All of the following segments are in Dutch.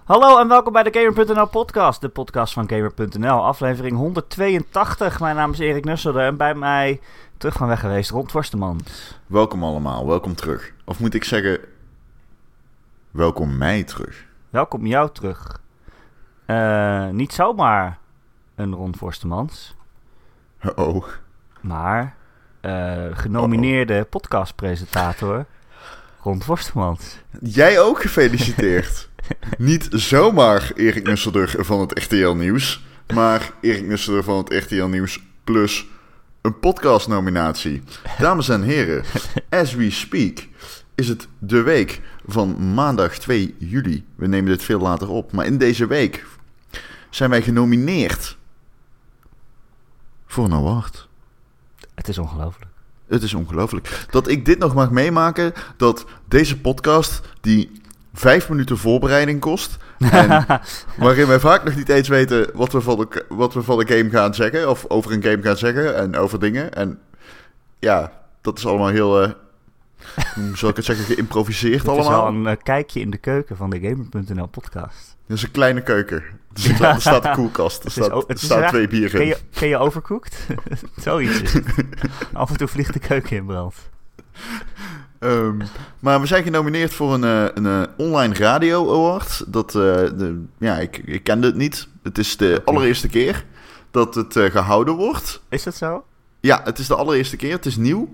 Hallo en welkom bij de Gamer.nl podcast, de podcast van Gamer.nl, aflevering 182. Mijn naam is Erik Nusselder en bij mij terug van weg geweest Ron Forstemans. Welkom allemaal, welkom terug. Of moet ik zeggen, welkom mij terug. Welkom jou terug. Niet zomaar een Ron Forstemans, Oh. maar genomineerde podcastpresentator Ron Forstemans. Jij ook gefeliciteerd. Niet zomaar Erik Nusselder van het RTL Nieuws, maar Erik Nusselder van het RTL Nieuws plus een podcastnominatie. Dames en heren, as we speak is het de week van maandag 2 juli. We nemen dit veel later op, maar in deze week zijn wij genomineerd voor een award. Het is ongelooflijk. Het is ongelooflijk. Dat ik dit nog mag meemaken, dat deze podcast die 5 minuten voorbereiding kost. En waarin wij vaak nog niet eens weten wat we van de game gaan zeggen. Of over een game gaan zeggen en over dingen. En ja, dat is allemaal heel, hoe zal ik het zeggen, geïmproviseerd allemaal. Het is wel een kijkje in de keuken van de Gamer.nl podcast. Dat is een kleine keuken. Dus er staat een koelkast. Er staat 2 bier in. Ken je Overcooked? Zoiets is het. Af en toe vliegt de keuken in brand. Maar we zijn genomineerd voor een online radio award. Ik kende het niet. Het is de allereerste keer dat het gehouden wordt. Is dat zo? Ja, het is de allereerste keer. Het is nieuw.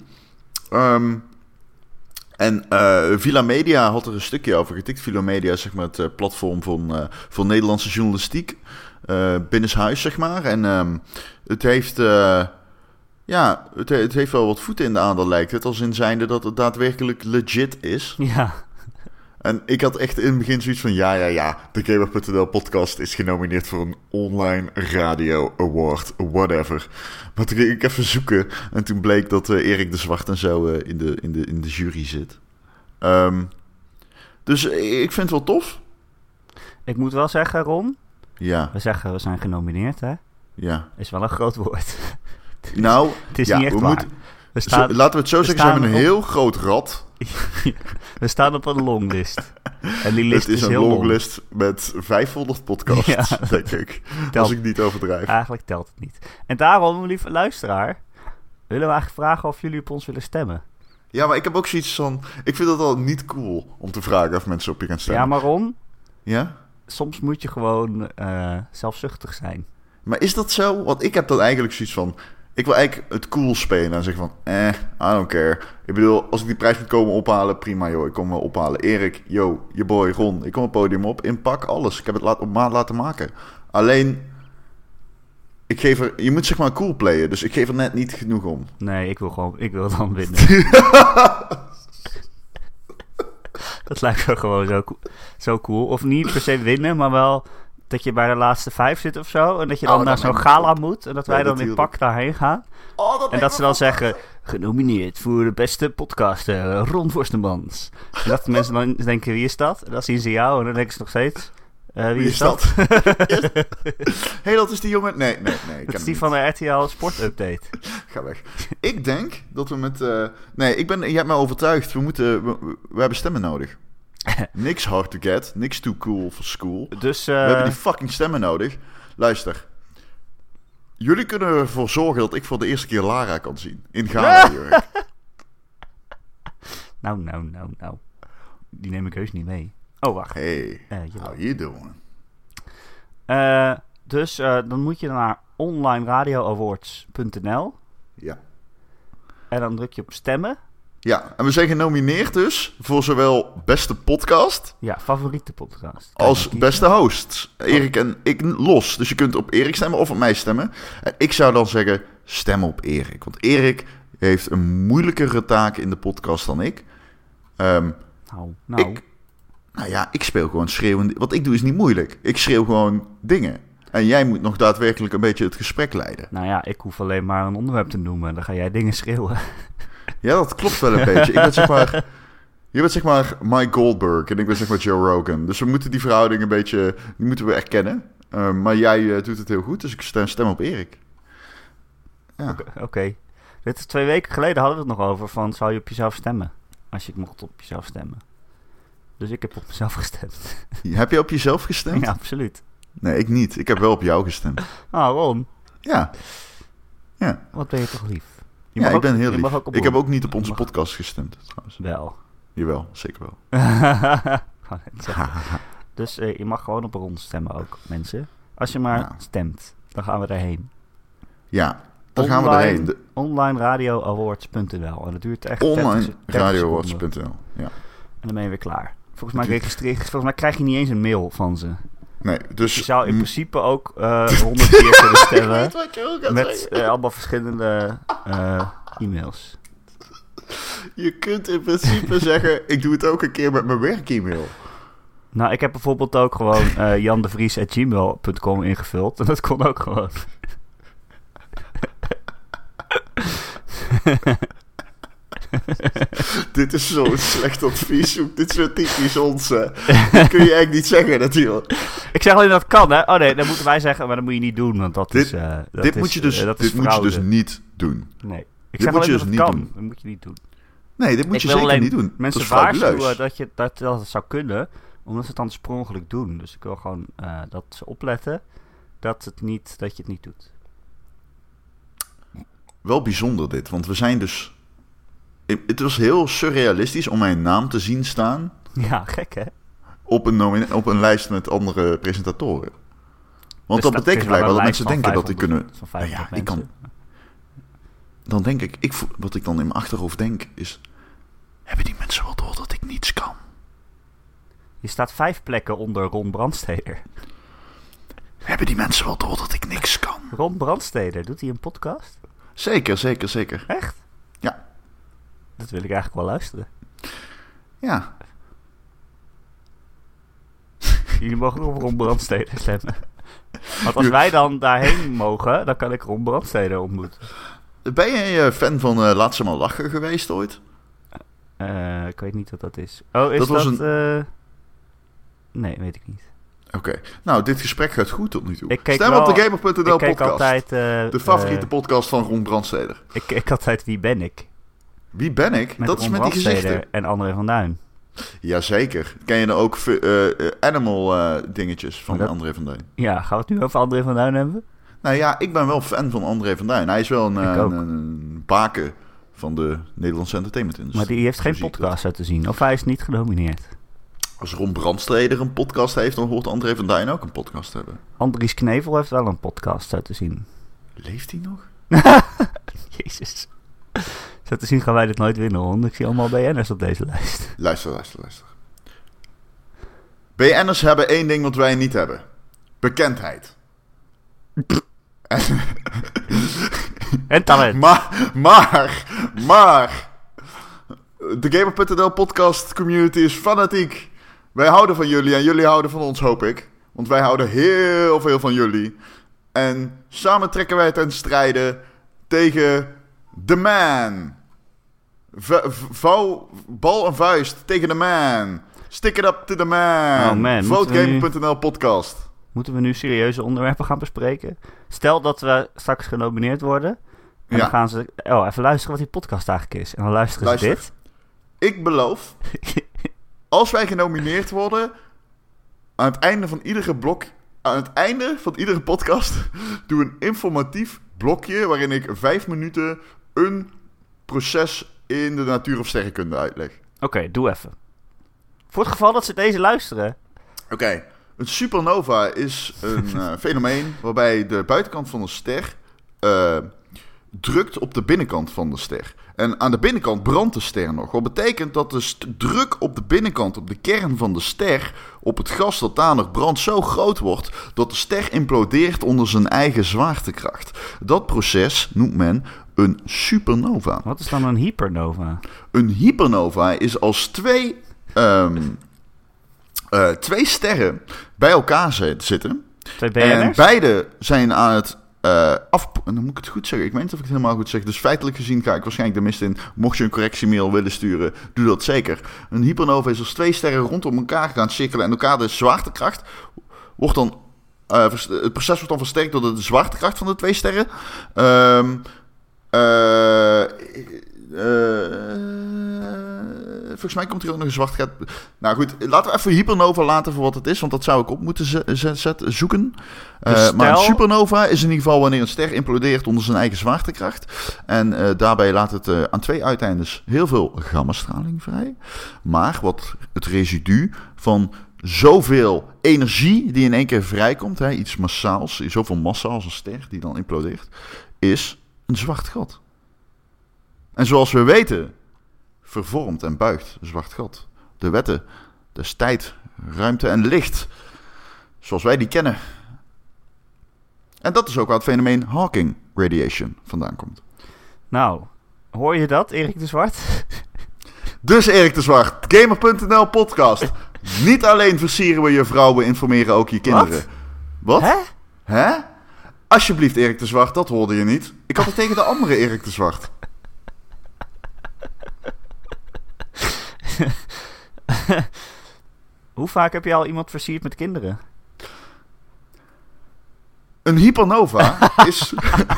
Villa Media had er een stukje over getikt. Villa Media is zeg maar het platform voor Nederlandse journalistiek. Binnenshuis, zeg maar. En het heeft... het heeft wel wat voeten in de aandeel, lijkt het. Als in zijnde dat het daadwerkelijk legit is. Ja. En ik had echt in het begin zoiets van... Ja, de Gamer.nl podcast is genomineerd voor een online radio award. Whatever. Maar toen ging ik even zoeken. En toen bleek dat Erik de Zwart en zo in de jury zit. Dus ik vind het wel tof. Ik moet wel zeggen, Ron. Ja. We zeggen we zijn genomineerd, hè? Ja. Is wel een groot woord. Nou, het is niet echt waar. Laten we het zo zeggen, ze hebben een heel groot rad. We staan op een longlist. En die list het is een heel longlist met 500 podcasts, denk ik. Als ik niet overdrijf. Eigenlijk telt het niet. En daarom, lieve luisteraar, willen we eigenlijk vragen of jullie op ons willen stemmen. Ja, maar ik heb ook zoiets van... Ik vind het al niet cool om te vragen of mensen op je gaan stemmen. Ja, maar Ron, ja? Soms moet je gewoon zelfzuchtig zijn. Maar is dat zo? Want ik heb dan eigenlijk zoiets van... Ik wil eigenlijk het cool spelen en zeggen van... I don't care. Ik bedoel, als ik die prijs moet komen ophalen, prima joh. Ik kom wel ophalen. Erik, je boy Ron. Ik kom het podium op. Inpak alles. Ik heb het op maat laten maken. Alleen... Je moet zeg maar cool playen. Dus ik geef er net niet genoeg om. Nee, ik wil dan winnen. Dat lijkt me gewoon zo cool. Of niet per se winnen, maar wel... dat je bij de laatste 5 zit of zo. En dat je dan naar zo'n gala moet. En dat wij dan in pak daarheen gaan. En dat ze dan zeggen... genomineerd voor de beste podcaster, Ron Forstemans. En dat de mensen dan denken, wie is dat? En dan zien ze jou en dan denken ze nog steeds... wie is dat? Yes. Hey, dat is die jongen... Nee. Dat is die van de RTL Sport Update. Ga weg. Ik denk dat we met... je hebt mij overtuigd. We hebben stemmen nodig. Niks hard to get. Niks too cool for school. Dus, we hebben die fucking stemmen nodig. Luister. Jullie kunnen ervoor zorgen dat ik voor de eerste keer Lara kan zien. In Ghana, jurk. Nou. Die neem ik heus niet mee. Oh, wacht. Hey, how you doing? Dan moet je naar onlineradioawards.nl. Ja. En dan druk je op stemmen. Ja, en we zijn genomineerd dus voor zowel beste podcast... Ja, favoriete podcast. Als beste host. Erik en ik los. Dus je kunt op Erik stemmen of op mij stemmen. En ik zou dan zeggen, stem op Erik. Want Erik heeft een moeilijkere taak in de podcast dan ik. Ik speel gewoon schreeuwen. Wat ik doe is niet moeilijk. Ik schreeuw gewoon dingen. En jij moet nog daadwerkelijk een beetje het gesprek leiden. Nou ja, ik hoef alleen maar een onderwerp te noemen. Dan ga jij dingen schreeuwen. Ja, dat klopt wel een beetje. Je bent zeg maar Mike Goldberg en ik ben zeg maar Joe Rogan. Dus we moeten die verhouding een beetje... Die moeten we erkennen. Maar jij doet het heel goed, dus ik stem op Erik. Ja. Oké. Dit is 2 weken geleden hadden we het nog over van... zou je op jezelf stemmen? Als je mocht op jezelf stemmen. Dus ik heb op mezelf gestemd. Heb je op jezelf gestemd? Ja, absoluut. Nee, ik niet. Ik heb wel op jou gestemd. Ron. Ja. Wat ben je toch lief. Ik ben heel lief. Ik heb ook niet op onze podcast gestemd, trouwens. Wel. Jawel, zeker wel. Dus je mag gewoon op Ron stemmen ook, mensen. Als je maar stemt, dan gaan we erheen. Ja, dan gaan we erheen. Onlineradioawards.nl. En dat duurt echt 30 Onlineradioawards.nl, ja. En dan ben ben je weer klaar. Volgens mij krijg je niet eens een mail van ze. Nee, dus je zou in principe ook 100 keer kunnen stemmen. Met allemaal verschillende e-mails. Je kunt in principe zeggen, ik doe het ook een keer met mijn werk-e-mail. Nou, ik heb bijvoorbeeld ook gewoon jandevries@gmail.com ingevuld. En dat kon ook gewoon. Dit is zo'n slecht advies. Dit is zo typisch ons. Dat kun je eigenlijk niet zeggen natuurlijk. Ik zeg alleen dat het kan, hè? Oh nee, dat moeten wij zeggen, maar dat moet je niet doen. Want dat dit moet je dus niet doen. Nee. Ik zeg alleen dat het kan. Doen. Dat moet je niet doen. Nee, dit moet je zeker niet doen. Mensen waarschuwen dat het zou kunnen, omdat ze het dan sprongelijk doen. Dus ik wil gewoon dat ze opletten dat je het niet doet. Wel bijzonder dit, want we zijn dus... Het was heel surrealistisch om mijn naam te zien staan. Ja, gek hè? Op een lijst met andere presentatoren. Want dus dat betekent blijkbaar dat mensen denken dat die kunnen... ik kan... Dan denk ik, wat ik dan in mijn achterhoofd denk is... Hebben die mensen wel door dat ik niets kan? Je staat 5 plekken onder Ron Brandsteder. Hebben die mensen wel door dat ik niks kan? Ron Brandsteder, doet hij een podcast? Zeker. Echt? Ja. Dat wil ik eigenlijk wel luisteren. Ja. Jullie mogen op Ron Brandsteder stemmen. Want als wij dan daarheen mogen, dan kan ik Ron Brandsteder ontmoeten. Ben jij fan van Laat Ze Maar Lachen geweest ooit? Ik weet niet wat dat is. Oh, is dat... Nee, weet ik niet. Oké. Nou, dit gesprek gaat goed tot nu toe. Stem op de Gamer.nl podcast. Altijd, de favoriete podcast van Ron Brandsteder. Ik kijk altijd Wie Ben Ik? Wie ben ik? Met dat Ron is met die gezichten. En André van Duin. Jazeker. Ken je dan ook animal dingetjes van André van Duin? Ja, gaan we het nu over André van Duin hebben? Nou ja, ik ben wel fan van André van Duin. Hij is wel een baken van de Nederlandse entertainment-industrie. Maar die heeft geen podcast uit te zien. Of hij is niet genomineerd. Als Ron Brandsteder een podcast heeft, dan hoort André van Duin ook een podcast hebben. Andries Knevel heeft wel een podcast uit te zien. Leeft hij nog? Jezus. Zo te zien gaan wij dit nooit winnen, Ron. Ik zie allemaal BN'ers op deze lijst. Luister. BN'ers hebben één ding wat wij niet hebben. Bekendheid. En talent. Maar... De Gamer.nl podcast community is fanatiek. Wij houden van jullie en jullie houden van ons, hoop ik. Want wij houden heel veel van jullie. En samen trekken wij ten strijde tegen The Man. Bal en vuist tegen The Man. Stick it up to the man. Oh man. Vote Gamer.nl podcast. Moeten we nu serieuze onderwerpen gaan bespreken? Stel dat we straks genomineerd worden. En dan gaan ze... even luisteren wat die podcast eigenlijk is. En dan luisteren ze dit. Ik beloof... als wij genomineerd worden... aan het einde van iedere podcast... doe een informatief blokje... waarin ik 5 minuten... een proces in de natuur- of sterrenkunde uitleg. Oké, doe even. Voor het geval dat ze deze luisteren. Oké. Een supernova is een fenomeen... waarbij de buitenkant van een ster... drukt op de binnenkant van de ster. En aan de binnenkant brandt de ster nog. Wat betekent dat de druk op de binnenkant, op de kern van de ster, op het gas dat daar nog brandt, zo groot wordt dat de ster implodeert onder zijn eigen zwaartekracht. Dat proces noemt men een supernova. Wat is dan een hypernova? Een hypernova is als twee sterren bij elkaar zitten. Twee BN'ers? En beide zijn aan het... en dan moet ik het goed zeggen. Ik weet niet of ik het helemaal goed zeg. Dus feitelijk gezien ga ik waarschijnlijk de mist in. Mocht je een correctiemail willen sturen, doe dat zeker. Een hypernova is als 2 sterren rondom elkaar gaan cirkelen en elkaar de zwaartekracht wordt dan... het proces wordt dan versterkt door de zwaartekracht van de 2 sterren. Volgens mij komt hier ook nog een zwart gat. Nou goed, laten we even hypernova laten voor wat het is. Want dat zou ik op moeten zoeken. Maar een supernova is in ieder geval wanneer een ster implodeert onder zijn eigen zwaartekracht. En daarbij laat het aan 2 uiteindes heel veel gammastraling vrij. Maar wat het residu van zoveel energie die in één keer vrijkomt, iets massaals, zoveel massa als een ster die dan implodeert, is een zwart gat. En zoals we weten, vervormt en buigt een zwart gat de wetten des tijd, ruimte en licht, zoals wij die kennen. En dat is ook waar het fenomeen Hawking radiation vandaan komt. Nou, hoor je dat, Erik de Zwart? Dus Erik de Zwart, Gamer.nl podcast. Niet alleen versieren we je vrouw, we informeren ook je kinderen. Wat? Hè? Alsjeblieft, Erik de Zwart, dat hoorde je niet. Ik had het tegen de andere Erik de Zwart. Hoe vaak heb je al iemand versierd met kinderen? Een hypernova is...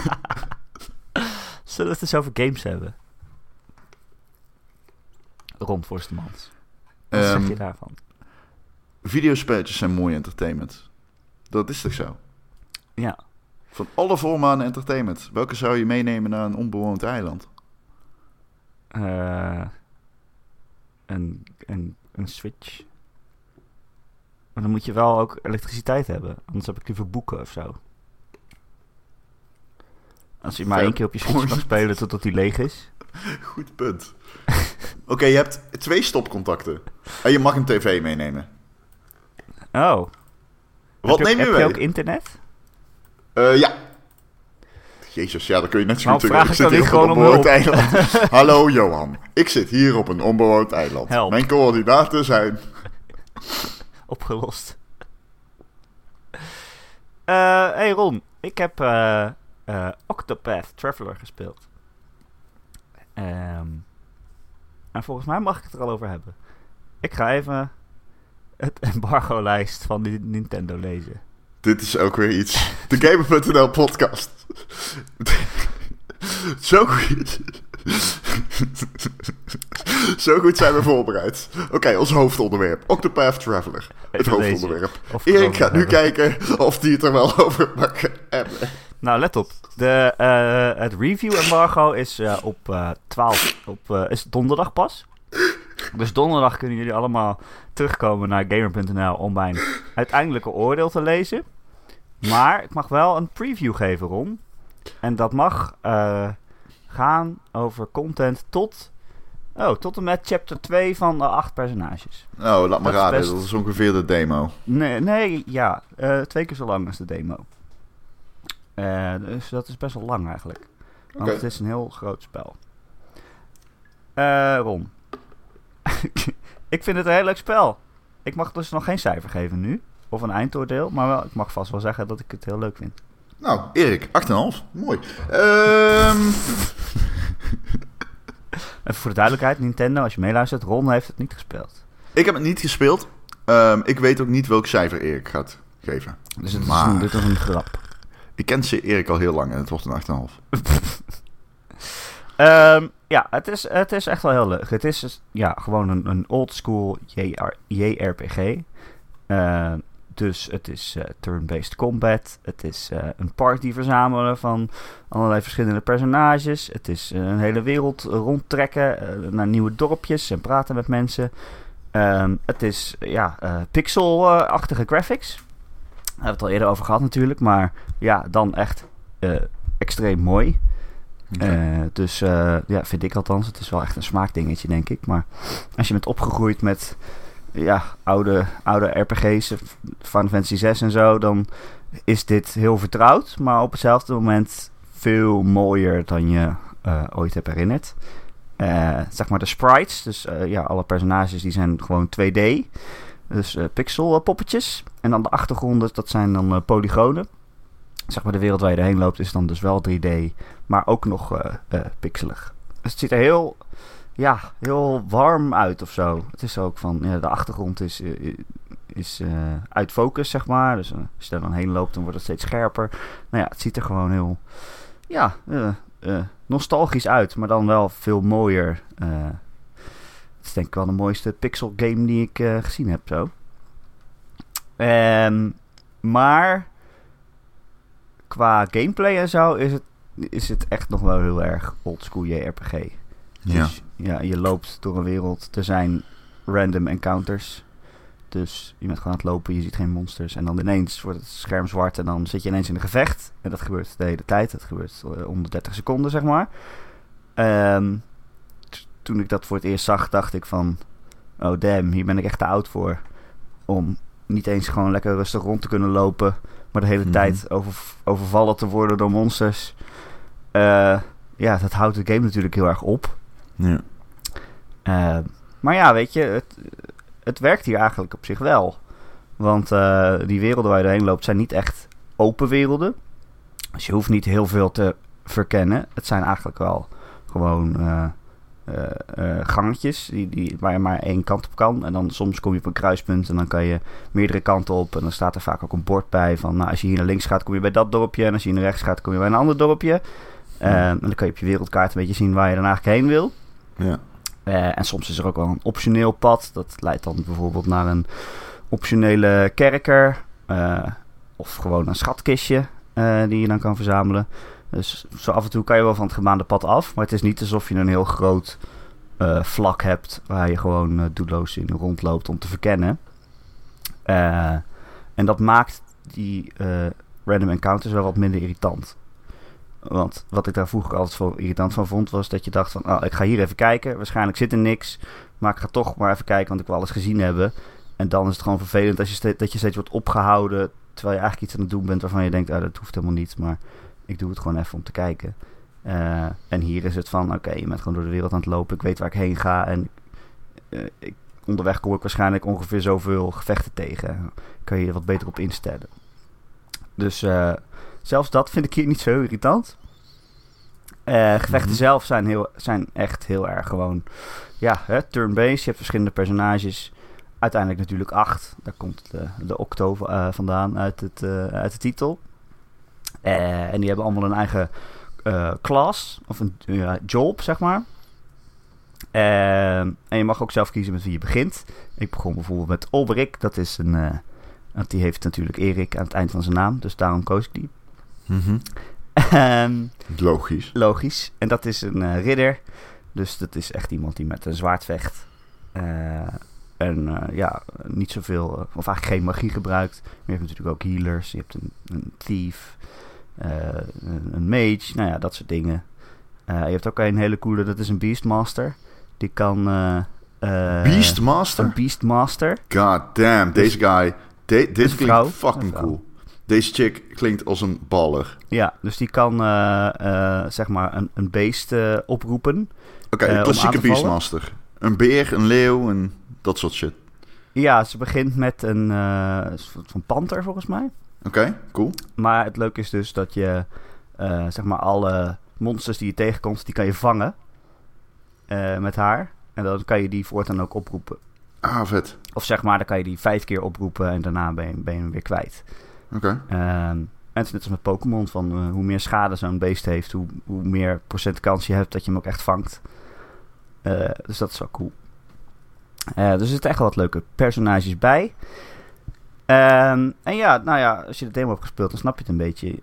Zullen we het eens over games hebben? Ron Forstemans. Wat zeg je daarvan? Videospelletjes zijn mooi entertainment. Dat is toch zo? Ja. Van alle vormen aan entertainment. Welke zou je meenemen naar een onbewoond eiland? Een Switch. Maar dan moet je wel ook elektriciteit hebben. Anders heb ik liever boeken of zo. Als je maar 1 keer op je Switch kan spelen totdat die leeg is. Goed punt. Oké, je hebt 2 stopcontacten. En je mag een tv meenemen. Oh. Wat neem je mee? Heb je ook internet? Ja. Jezus, ja, dan kun je net zo goed vraag ik zit hier op een onbewoond eiland. Hallo Johan, ik zit hier op een onbewoond eiland. Help. Mijn coördinaten zijn... Opgelost. Hey Ron, ik heb Octopath Traveler gespeeld. En volgens mij mag ik het er al over hebben. Ik ga even het embargo-lijst van die Nintendo lezen. Dit is ook weer iets. De Gamer.nl podcast. Zo goed. Zo goed zijn we voorbereid. Oké, ons hoofdonderwerp. Octopath Traveler. Het hoofdonderwerp. Erik gaat nu kijken of die het er wel over mag hebben. Nou, let op. Het review-embargo is is donderdag pas. Dus donderdag kunnen jullie allemaal terugkomen naar Gamer.nl om mijn uiteindelijke oordeel te lezen. Maar ik mag wel een preview geven, Ron. En dat mag gaan over content tot en met chapter 2 van 8 personages. Oh, laat me raden. Dat is ongeveer de demo. Nee, 2 keer zo lang als de demo. Dus dat is best wel lang eigenlijk. Want het is een heel groot spel. Ron. Ik vind het een heel leuk spel. Ik mag dus nog geen cijfer geven nu. Of een eindoordeel. Maar wel, ik mag vast wel zeggen dat ik het heel leuk vind. Nou, Erik, 8,5. Mooi. Even voor de duidelijkheid. Nintendo, als je meeluistert, Ron heeft het niet gespeeld. Ik heb het niet gespeeld. Ik weet ook niet welk cijfer Erik gaat geven. Dus dit is een grap. Ik ken Erik al heel lang en het wordt een 8,5. Ja, het is echt wel heel leuk. Het is gewoon een old school JRPG. Dus het is turn-based combat. Het is een party verzamelen van allerlei verschillende personages. Het is een hele wereld rondtrekken naar nieuwe dorpjes en praten met mensen. Het is pixel-achtige graphics. Daar hebben we het al eerder over gehad natuurlijk. Maar ja, dan echt extreem mooi. Okay. Vind ik althans. Het is wel echt een smaakdingetje, denk ik. Maar als je bent opgegroeid met oude RPG's, Final Fantasy 6 en zo, dan is dit heel vertrouwd. Maar op hetzelfde moment veel mooier dan je ooit hebt herinnerd. Zeg maar de sprites. Dus alle personages die zijn gewoon 2D. Dus pixel poppetjes. En dan de achtergronden, dat zijn dan polygonen. Zeg maar de wereld waar je erheen loopt is dan dus wel 3D. Maar ook nog pixelig. Dus het ziet er heel warm uit of zo. Het is ook van, de achtergrond is uit focus, zeg maar. Dus als je er dan heen loopt, dan wordt het steeds scherper. Nou ja, het ziet er gewoon heel nostalgisch uit. Maar dan wel veel mooier. Het is denk ik wel de mooiste pixel game die ik gezien heb zo. Maar qua gameplay en zo is het echt nog wel heel erg oldschool JRPG. Ja. Dus ja, je loopt door een wereld. Er zijn random encounters. Dus je bent gewoon aan het lopen, je ziet geen monsters. En dan ineens wordt het scherm zwart en dan zit je ineens in een gevecht. En dat gebeurt de hele tijd. Dat gebeurt om de 30 seconden, zeg maar. Toen ik dat voor het eerst zag, dacht ik van... Oh damn, hier ben ik echt te oud voor. Om niet eens gewoon lekker rustig rond te kunnen lopen. Maar de hele tijd overvallen te worden door monsters. Ja, dat houdt de game natuurlijk heel erg op. Ja. Maar ja, weet je... Het werkt hier eigenlijk op zich wel. Want die werelden waar je doorheen loopt zijn niet echt open werelden. Dus je hoeft niet heel veel te verkennen. Het zijn eigenlijk wel gewoon gangetjes waar je maar één kant op kan. En dan soms kom je op een kruispunt en dan kan je meerdere kanten op. En dan staat er vaak ook een bord bij van... Nou, als je hier naar links gaat, kom je bij dat dorpje. En als je hier naar rechts gaat, kom je bij een ander dorpje. En dan kan je op je wereldkaart een beetje zien waar je dan eigenlijk heen wil. Ja. En soms is er ook wel een optioneel pad. Dat leidt dan bijvoorbeeld naar een optionele kerker. Of gewoon een schatkistje die je dan kan verzamelen. Dus zo af en toe kan je wel van het gebaande pad af. Maar het is niet alsof je een heel groot vlak hebt... waar je gewoon doelloos in rondloopt om te verkennen. En dat maakt die random encounters wel wat minder irritant. Want wat ik daar vroeger altijd zo irritant van vond... was dat je dacht van... Oh, ik ga hier even kijken. Waarschijnlijk zit er niks. Maar ik ga toch maar even kijken... want ik wil alles gezien hebben. En dan is het gewoon vervelend... dat je steeds wordt opgehouden... terwijl je eigenlijk iets aan het doen bent... waarvan je denkt... dat hoeft helemaal niet. Maar ik doe het gewoon even om te kijken. En hier is het van... Oké, je bent gewoon door de wereld aan het lopen. Ik weet waar ik heen ga. En onderweg kom ik waarschijnlijk ongeveer zoveel gevechten tegen. Kan je er wat beter op instellen. Dus... zelfs dat vind ik hier niet zo irritant. Gevechten zelf zijn echt heel erg gewoon... Ja, turn-based. Je hebt verschillende personages. Uiteindelijk natuurlijk 8. Daar komt de octo vandaan uit de titel. En die hebben allemaal een eigen class. Of een job, zeg maar. En je mag ook zelf kiezen met wie je begint. Ik begon bijvoorbeeld met Olberik. Dat is een... want die heeft natuurlijk Erik aan het eind van zijn naam. Dus daarom koos ik die. Logisch. En dat is een ridder. Dus dat is echt iemand die met een zwaard vecht. Niet zoveel... of eigenlijk geen magie gebruikt. Maar je hebt natuurlijk ook healers. Je hebt een thief. Een mage. Nou ja, dat soort dingen. Je hebt ook een hele coole... Dat is een beastmaster. Die kan... Beastmaster? Een beastmaster. God damn, deze guy... Dit klinkt fucking cool. Deze chick klinkt als een baller. Ja, dus die kan zeg maar een beest oproepen. Oké, een klassieke beastmaster. Een beer, een leeuw en dat soort shit. Ja, ze begint met een soort van panter volgens mij. Oké, cool. Maar het leuke is dus dat je zeg maar alle monsters die je tegenkomt, die kan je vangen met haar. En dan kan je die voortaan ook oproepen. Ah, vet. Of zeg maar, dan kan je die 5 keer oproepen en daarna ben je hem weer kwijt. Oké. En het is net als met Pokémon, van hoe meer schade zo'n beest heeft, hoe meer procent kans je hebt dat je hem ook echt vangt. Dus dat is wel cool. Dus er zitten echt wel wat leuke personages bij. En ja, nou ja, als je de demo hebt gespeeld, dan snap je het een beetje.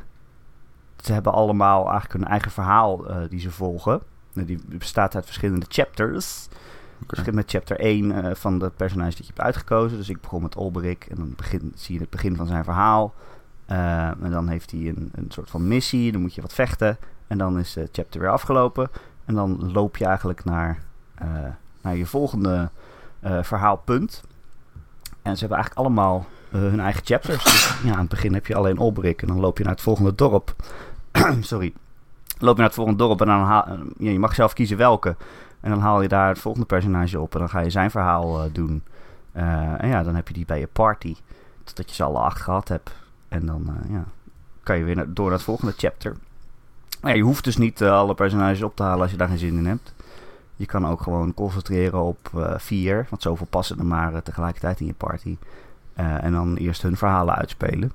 Ze hebben allemaal eigenlijk hun eigen verhaal die ze volgen. Die bestaat uit verschillende chapters. Ik begin met chapter 1 van de personage dat je hebt uitgekozen. Dus ik begon met Olberik en dan zie je het begin van zijn verhaal. En dan heeft hij een soort van missie. Dan moet je wat vechten. En dan is de chapter weer afgelopen. En dan loop je eigenlijk naar je volgende verhaalpunt. En ze hebben eigenlijk allemaal hun eigen chapters. Dus ja, aan het begin heb je alleen Olberik. En dan loop je naar het volgende dorp. Sorry. Loop je naar het volgende dorp en dan je mag zelf kiezen welke. En dan haal je daar het volgende personage op en dan ga je zijn verhaal doen. En ja, dan heb je die bij je party. Totdat je ze alle 8 gehad hebt. En dan kan je weer door naar het volgende chapter. Maar ja, je hoeft dus niet alle personages op te halen als je daar geen zin in hebt. Je kan ook gewoon concentreren op 4. Want zoveel passen er maar tegelijkertijd in je party. En dan eerst hun verhalen uitspelen.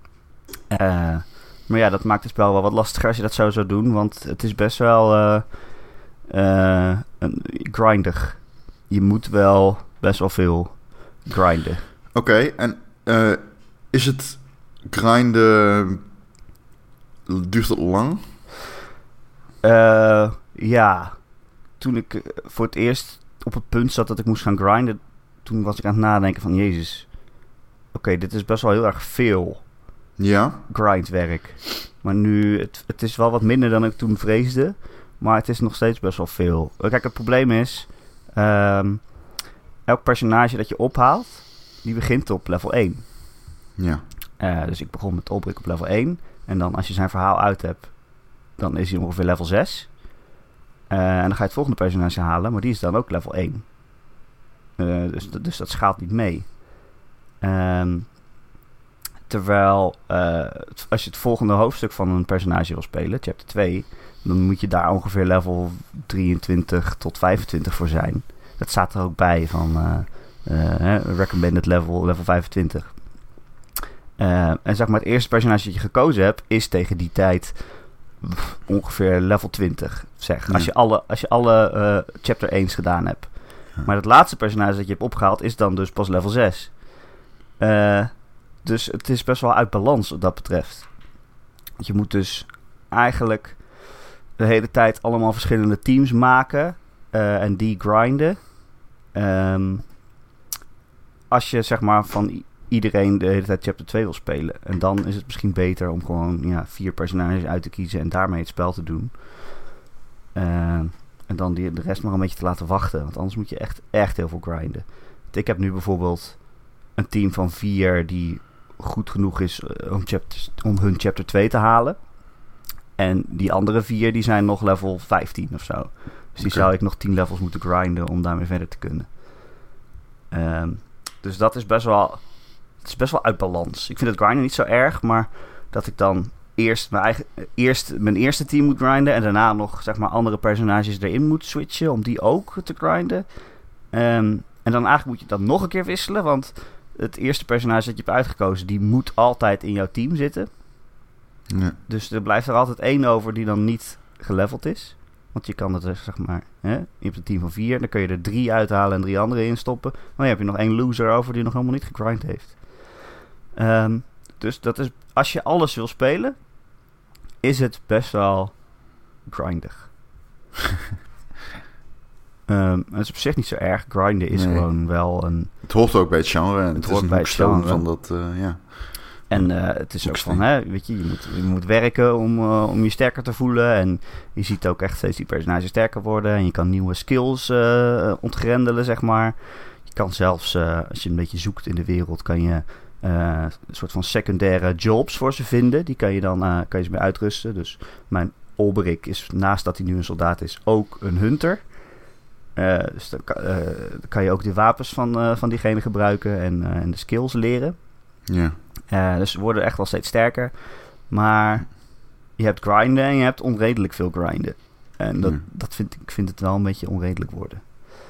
Maar ja, dat maakt het spel wel wat lastiger als je dat zo zou doen. Want het is best wel grindig. je moet wel best wel veel grinden. Oké, en is het grinden... Duurt het lang? Ja. Toen ik voor het eerst op het punt zat dat ik moest gaan grinden... Toen was ik aan het nadenken van... Jezus, oké, dit is best wel heel erg veel grindwerk. Maar nu, het is wel wat minder dan ik toen vreesde. Maar het is nog steeds best wel veel. Kijk, het probleem is... elk personage dat je ophaalt... Die begint op level 1. Ja. Dus ik begon met Olberic op level 1. En dan als je zijn verhaal uit hebt... Dan is hij ongeveer level 6. En dan ga je het volgende personage halen. Maar die is dan ook level 1. Dus dat schaalt niet mee. Terwijl als je het volgende hoofdstuk van een personage wil spelen, chapter 2, dan moet je daar ongeveer level 23 tot 25 voor zijn. Dat staat er ook bij van recommended level 25. En zeg maar het eerste personage dat je gekozen hebt, is tegen die tijd ongeveer level 20. Zeg. Ja. Als je alle chapter 1's gedaan hebt. Ja. Maar het laatste personage dat je hebt opgehaald is dan dus pas level 6. Dus het is best wel uit balans wat dat betreft. Want je moet dus eigenlijk de hele tijd allemaal verschillende teams maken en die grinden. Als je zeg maar van iedereen de hele tijd chapter 2 wil spelen. En dan is het misschien beter om gewoon 4 personages uit te kiezen en daarmee het spel te doen. En dan de rest maar een beetje te laten wachten. Want anders moet je echt heel veel grinden. Ik heb nu bijvoorbeeld een team van 4 die goed genoeg is om hun chapter 2 te halen. En die andere 4 die zijn nog level 15 of zo. Dus die zou ik nog 10 levels moeten grinden om daarmee verder te kunnen. Dus dat is best wel... Het is best wel uit balans. Ik vind het grinden niet zo erg, maar dat ik dan eerst mijn eerste team moet grinden en daarna nog zeg maar andere personages erin moet switchen om die ook te grinden. En dan eigenlijk moet je dat nog een keer wisselen, want het eerste personage dat je hebt uitgekozen, die moet altijd in jouw team zitten. Ja. Dus er blijft er altijd 1 over die dan niet geleveld is. Want je kan het zeg maar... je hebt een team van 4, dan kun je er 3 uithalen en 3 andere instoppen. Maar dan heb je nog 1 loser over die nog helemaal niet gegrind heeft. Dus dat is... Als je alles wil spelen, is het best wel grindig. Het is op zich niet zo erg. Grinden is gewoon wel een... Het hoort ook bij het genre. Het hoort bij het genre. Van dat, En het is ook van, weet je moet werken om je sterker te voelen. En je ziet ook echt steeds die personages sterker worden. En je kan nieuwe skills ontgrendelen, zeg maar. Je kan zelfs, als je een beetje zoekt in de wereld, kan je een soort van secundaire jobs voor ze vinden. Die kan je dan kan je ze mee uitrusten. Dus mijn Olberic is, naast dat hij nu een soldaat is, ook een hunter. Dus dan kan je ook de wapens van diegene gebruiken en de skills leren. Ja. Dus ze worden echt wel steeds sterker. Maar je hebt grinden en je hebt onredelijk veel grinden. En ik vind het wel een beetje onredelijk worden.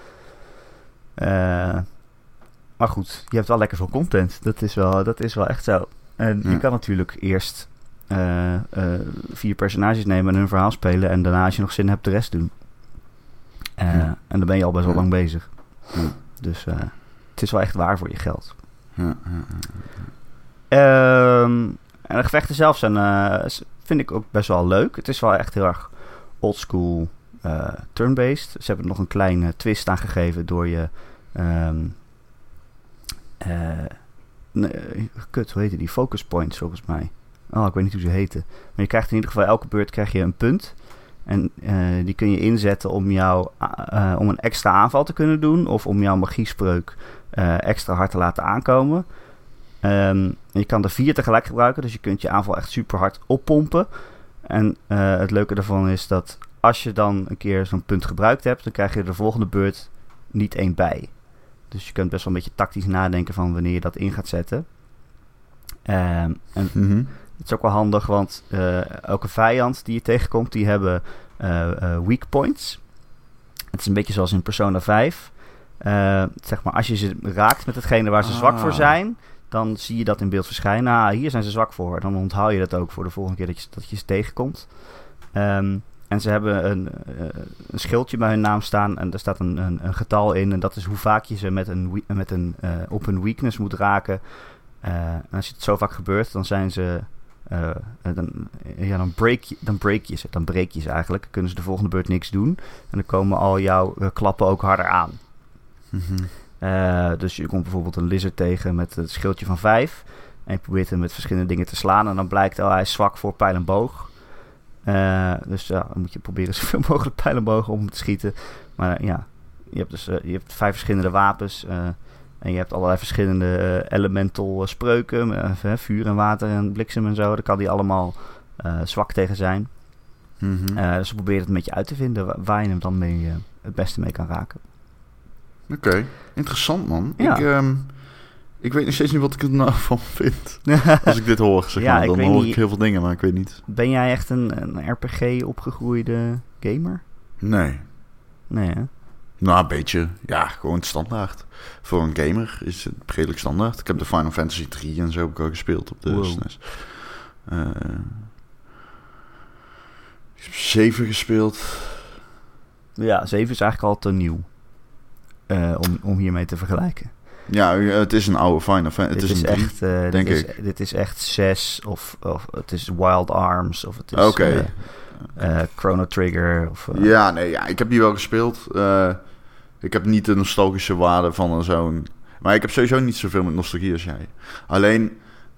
Maar goed, je hebt wel lekker veel content. Dat is wel echt zo. En je kan natuurlijk eerst 4 personages nemen en hun verhaal spelen. En daarna, als je nog zin hebt, de rest doen. En dan ben je al best wel lang bezig. Dus het is wel echt waar voor je geld. En de gevechten zelf vind ik ook best wel leuk. Het is wel echt heel erg oldschool turn-based. Ze hebben er nog een kleine twist aan gegeven door je... hoe heette die? Focus points volgens mij. Oh, ik weet niet hoe ze heten. Maar je krijgt in ieder geval elke beurt een punt. En die kun je inzetten om om een extra aanval te kunnen doen. Of om jouw magiespreuk extra hard te laten aankomen. Je kan er 4 tegelijk gebruiken. Dus je kunt je aanval echt super hard oppompen. En het leuke daarvan is dat als je dan een keer zo'n punt gebruikt hebt, dan krijg je de volgende beurt niet 1 bij. Dus je kunt best wel een beetje tactisch nadenken van wanneer je dat in gaat zetten. Het is ook wel handig, want elke vijand die je tegenkomt, die hebben weak points. Het is een beetje zoals in Persona 5. Zeg maar, als je ze raakt met hetgene waar ze zwak voor zijn, dan zie je dat in beeld verschijnen. Hier zijn ze zwak voor. Dan onthoud je dat ook voor de volgende keer dat je ze tegenkomt. En ze hebben een schildje bij hun naam staan en daar staat een getal in. En dat is hoe vaak je ze op hun weakness moet raken. En als het zo vaak gebeurt, dan zijn ze... dan break je ze eigenlijk. Kunnen ze de volgende beurt niks doen. En dan komen al jouw klappen ook harder aan. Dus je komt bijvoorbeeld een lizard tegen met het schildje van 5. En je probeert hem met verschillende dingen te slaan. En dan blijkt hij is zwak voor pijl en boog. Dus dan moet je proberen zoveel mogelijk pijl en bogen om hem te schieten. Maar je hebt 5 verschillende wapens. En je hebt allerlei verschillende elemental spreuken. Vuur en water en bliksem en zo. Daar kan die allemaal zwak tegen zijn. Dus we proberen het een beetje uit te vinden waar je hem dan het beste mee kan raken. Oké, interessant man. Ja. Ik weet nog steeds niet wat ik er nou van vind. Als ik dit hoor, zeg maar. Dan hoor ik heel veel dingen, maar ik weet niet. Ben jij echt een RPG opgegroeide gamer? Nee. Nee, hè? Nou, een beetje. Ja, gewoon standaard. Voor een gamer is het redelijk standaard. Ik heb de Final Fantasy 3 en zo heb ik al gespeeld op de SNES. Ik heb 7 gespeeld. Ja, 7 is eigenlijk al te nieuw. Om hiermee te vergelijken. Ja, het is een oude Final Fantasy. Het is een 3, echt, denk ik. Dit is echt 6 of het is Wild Arms of het is Chrono Trigger. Ik heb die wel gespeeld. Ik heb niet de nostalgische waarde van zo'n... Maar ik heb sowieso niet zoveel met nostalgie als jij. Alleen,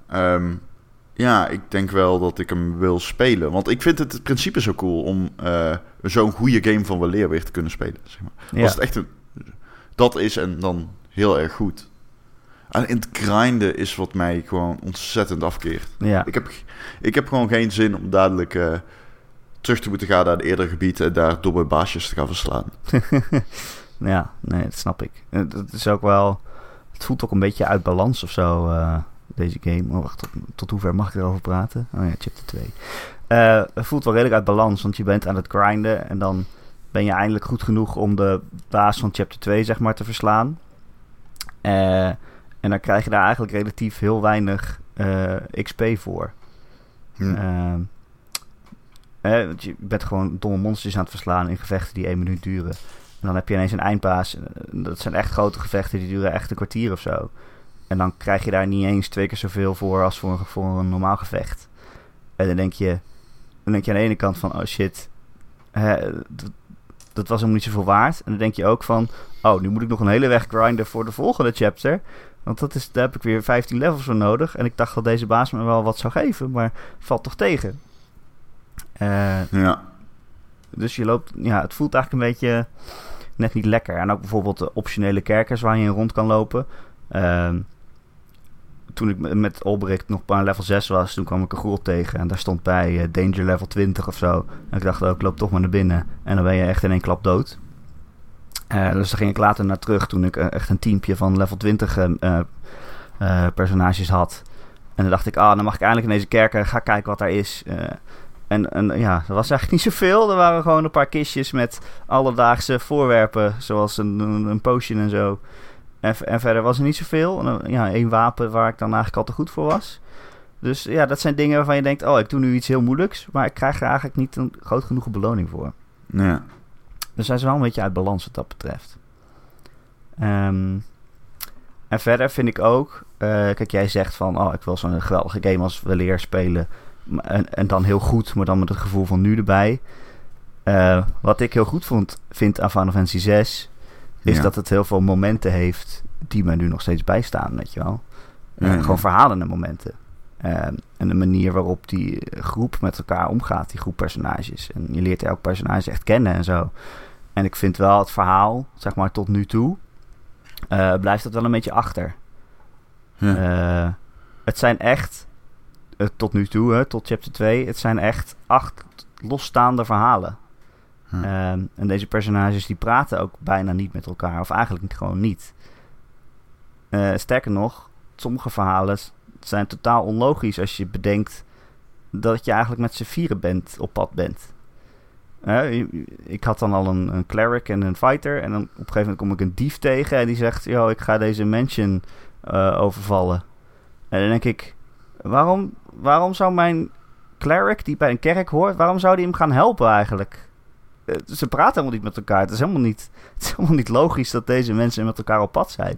ik denk wel dat ik hem wil spelen. Want ik vind het principe zo cool om zo'n goede game van weleer weer te kunnen spelen. Zeg maar. Ja. Als het echt dat is en dan heel erg goed. En in het grinden is wat mij gewoon ontzettend afkeert. Ja. Ik heb gewoon geen zin om dadelijk terug te moeten gaan naar het eerdere gebied en daar domme baasjes te gaan verslaan. Ja, nee, dat snap ik. Het is ook wel... Het voelt ook een beetje uit balans of zo, deze game. Oh, wacht, tot hoever mag ik erover praten? Oh ja, chapter 2. Het voelt wel redelijk uit balans, want je bent aan het grinden en dan ben je eindelijk goed genoeg om de baas van chapter 2, zeg maar, te verslaan. En dan krijg je daar eigenlijk relatief heel weinig XP voor. Want je bent gewoon domme monsters aan het verslaan in gevechten die 1 minuut duren. En dan heb je ineens een eindbaas. Dat zijn echt grote gevechten, die duren echt een kwartier of zo. En dan krijg je daar niet eens 2 keer zoveel voor als voor een normaal gevecht. En dan denk je aan de ene kant van, oh shit, dat was hem niet zoveel waard. En dan denk je ook van, oh, nu moet ik nog een hele weg grinden voor de volgende chapter. Want daar heb ik weer 15 levels voor nodig. En ik dacht dat deze baas me wel wat zou geven, maar valt toch tegen. Dus je loopt, het voelt eigenlijk een beetje net niet lekker. En ook bijvoorbeeld de optionele kerkers waar je in rond kan lopen. Toen ik met Olbericht nog bij level 6 was, toen kwam ik een grot tegen. En daar stond bij danger level 20 of zo. En ik dacht, ik loop toch maar naar binnen. En dan ben je echt in 1 klap dood. Dus daar ging ik later naar terug toen ik echt een teampje van level 20 personages had. En dan dacht ik, dan mag ik eindelijk in deze kerker, ga kijken wat daar is. En er was eigenlijk niet zoveel. Er waren gewoon een paar kistjes met alledaagse voorwerpen, zoals een potion en zo. En verder was er niet zoveel. 1 wapen waar ik dan eigenlijk al te goed voor was. Dus ja, dat zijn dingen waarvan je denkt, ik doe nu iets heel moeilijks, maar ik krijg er eigenlijk niet een groot genoeg beloning voor. Ja. Dus hij is wel een beetje uit balans wat dat betreft. En verder vind ik ook, kijk, jij zegt van, ik wil zo'n geweldige game als weleer spelen. En dan heel goed, maar dan met het gevoel van nu erbij. Wat ik heel goed vind aan Final Fantasy 6... is dat het heel veel momenten heeft die mij nu nog steeds bijstaan, weet je wel. Gewoon verhalende momenten. En de manier waarop die groep met elkaar omgaat, die groep personages. En je leert elk personage echt kennen en zo. En ik vind wel het verhaal, zeg maar tot nu toe, blijft dat wel een beetje achter. Het zijn echt... tot nu toe, tot chapter 2, het zijn echt 8 losstaande verhalen. En deze personages die praten ook bijna niet met elkaar, of eigenlijk gewoon niet. Sterker nog, sommige verhalen zijn totaal onlogisch als je bedenkt dat je eigenlijk met z'n vieren op pad bent. Ik had dan al een cleric en een fighter en dan op een gegeven moment kom ik een dief tegen en die zegt, ik ga deze mansion overvallen. En dan denk ik, waarom zou mijn cleric die bij een kerk hoort, waarom zou die hem gaan helpen eigenlijk? Ze praten helemaal niet met elkaar. Het is helemaal niet logisch dat deze mensen met elkaar op pad zijn.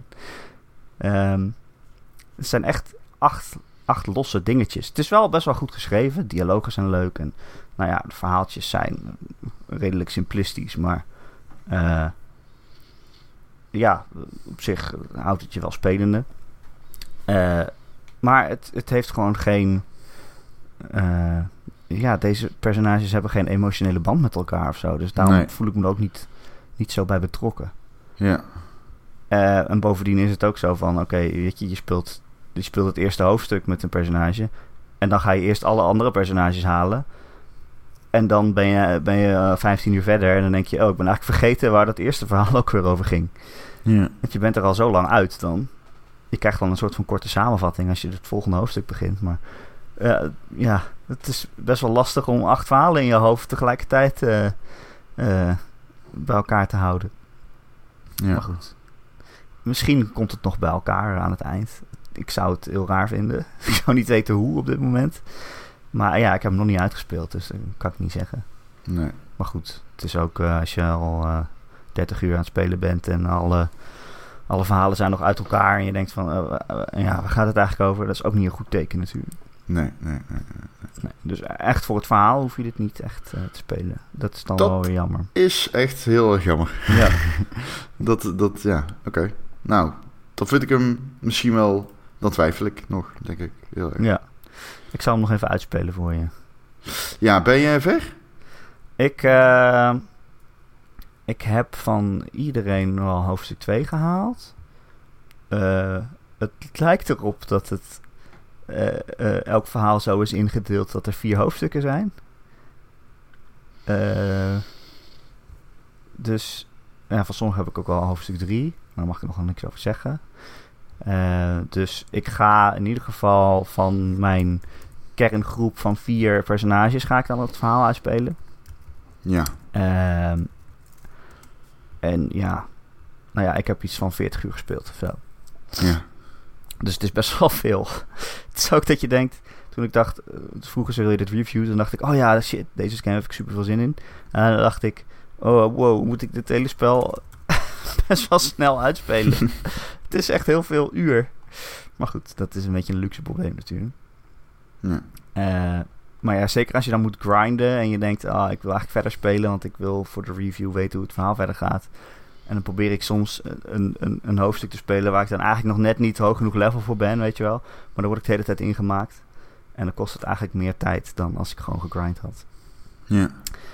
Het zijn echt 8 losse dingetjes. Het is wel best wel goed geschreven. Dialogen zijn leuk. En nou ja, de verhaaltjes zijn redelijk simplistisch. Maar op zich houdt het je wel spelende. Maar het heeft gewoon geen... deze personages hebben geen emotionele band met elkaar of zo. Dus daarom voel ik me er ook niet zo bij betrokken. Ja. En bovendien is het ook zo van... Oké, weet je, je speelt het eerste hoofdstuk met een personage. En dan ga je eerst alle andere personages halen. En dan ben je 15 uur verder. En dan denk je... Oh, ik ben eigenlijk vergeten waar dat eerste verhaal ook weer over ging. Ja. Want je bent er al zo lang uit dan. Je krijgt dan een soort van korte samenvatting... als je het volgende hoofdstuk begint. Maar het is best wel lastig om 8 verhalen in je hoofd tegelijkertijd bij elkaar te houden. Ja. Maar goed. Misschien komt het nog bij elkaar aan het eind. Ik zou het heel raar vinden. Ik zou niet weten hoe op dit moment. Maar ja, ik heb hem nog niet uitgespeeld, dus dat kan ik niet zeggen. Nee. Maar goed, het is ook als je al 30 uur aan het spelen bent en alle verhalen zijn nog uit elkaar en je denkt van, waar gaat het eigenlijk over? Dat is ook niet een goed teken natuurlijk. Nee. Dus echt voor het verhaal hoef je dit niet echt te spelen. Dat is dan wel weer jammer. Is echt heel erg jammer. Ja. Oké. Nou, dan vind ik hem misschien wel... Dan twijfel ik nog, denk ik. Heel erg. Ja. Ik zal hem nog even uitspelen voor je. Ja, ben je ver? Ik heb van iedereen wel hoofdstuk 2 gehaald. Het lijkt erop dat het... elk verhaal zo is ingedeeld dat er 4 hoofdstukken zijn. Dus van sommige heb ik ook wel hoofdstuk 3. Maar daar mag ik nog niks over zeggen. Dus ik ga in ieder geval van mijn kerngroep van 4 personages ga ik dan het verhaal uitspelen. Ja. En ja, nou ja, ik heb iets van 40 uur gespeeld of zo. Ja. Dus het is best wel veel. Het is ook dat je denkt... Toen ik dacht... vroeger wil je dit review. Dan dacht ik... Oh ja, shit. Deze game heb ik super veel zin in. En dan dacht ik... Oh, wow. Moet ik dit hele spel... best wel snel uitspelen. Het is echt heel veel uur. Maar goed. Dat is een beetje een luxe probleem natuurlijk. Ja. Maar ja, zeker als je dan moet grinden... En je denkt... ik wil eigenlijk verder spelen... Want ik wil voor de review weten hoe het verhaal verder gaat. En dan probeer ik soms een hoofdstuk te spelen... waar ik dan eigenlijk nog net niet hoog genoeg level voor ben, weet je wel. Maar dan word ik de hele tijd ingemaakt. En dan kost het eigenlijk meer tijd... dan als ik gewoon gegrind had. Ja.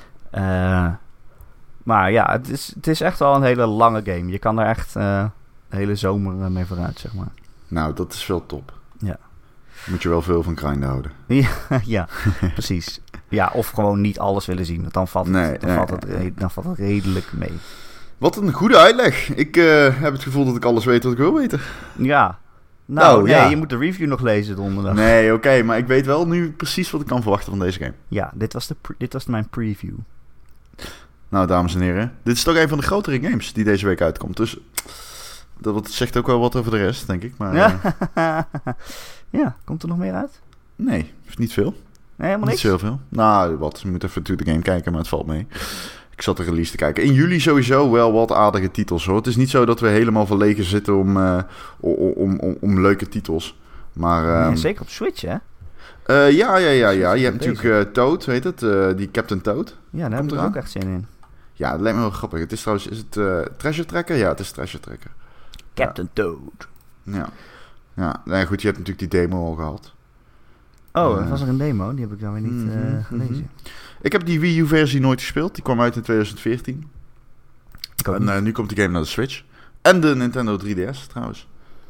Maar ja, het is echt wel een hele lange game. Je kan daar echt de hele zomer mee vooruit, zeg maar. Nou, dat is wel top. Ja. Moet je wel veel van grinden houden. Ja, precies. Ja, of gewoon niet alles willen zien. Want dan valt het redelijk mee. Wat een goede uitleg. Ik heb het gevoel dat ik alles weet wat ik wil weten. Ja. Je moet de review nog lezen donderdag. Nee, oké, maar ik weet wel nu precies wat ik kan verwachten van deze game. Ja, dit was mijn preview. Nou, dames en heren. Dit is toch een van de grotere games die deze week uitkomt. Dus dat zegt ook wel wat over de rest, denk ik. Maar, ja, komt er nog meer uit? Nee, niet veel. Nee, helemaal niks? Niet zoveel. Nou, je moet even de game kijken, maar het valt mee. Ik zat de release te kijken. In juli sowieso wel wat aardige titels, hoor. Het is niet zo dat we helemaal verlegen zitten om leuke titels. Maar, zeker op Switch, hè? Ja. Je hebt natuurlijk Toad, weet het? Die Captain Toad. Ja, daar heb ik ook echt zin in. Ja, dat lijkt me wel grappig. Het is trouwens... Is het Treasure Tracker? Ja, het is Treasure Tracker. Captain Toad. Ja. Nee, goed, je hebt natuurlijk die demo al gehad. Oh, was er een demo? Die heb ik dan weer niet gelezen. Ik heb die Wii U-versie nooit gespeeld. Die kwam uit in 2014. En nu komt die game naar de Switch. En de Nintendo 3DS, trouwens.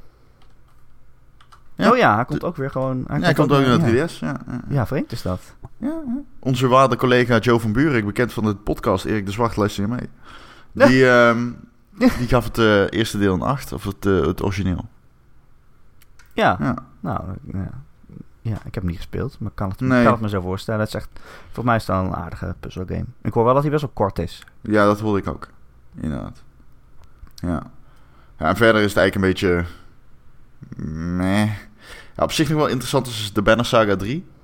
Ja. Oh ja, hij komt ook weer gewoon... Hij komt ook naar de 3DS, Ja, vreemd is dat. Ja. Onze waarde collega Joe van Buurik, bekend van de podcast Erik de Zwart, luister je mee. Die gaf het eerste deel een 8, of het origineel. Ja. Nou, ja, ik heb hem niet gespeeld, maar kan het me zo voorstellen. Het is echt, voor mij is het een aardige puzzelgame. Ik hoor wel dat hij best wel kort is. Ja, dat hoorde ik ook. Inderdaad. Ja, en verder is het eigenlijk een beetje... meh. Ja, op zich nog wel interessant is de Banner Saga 3.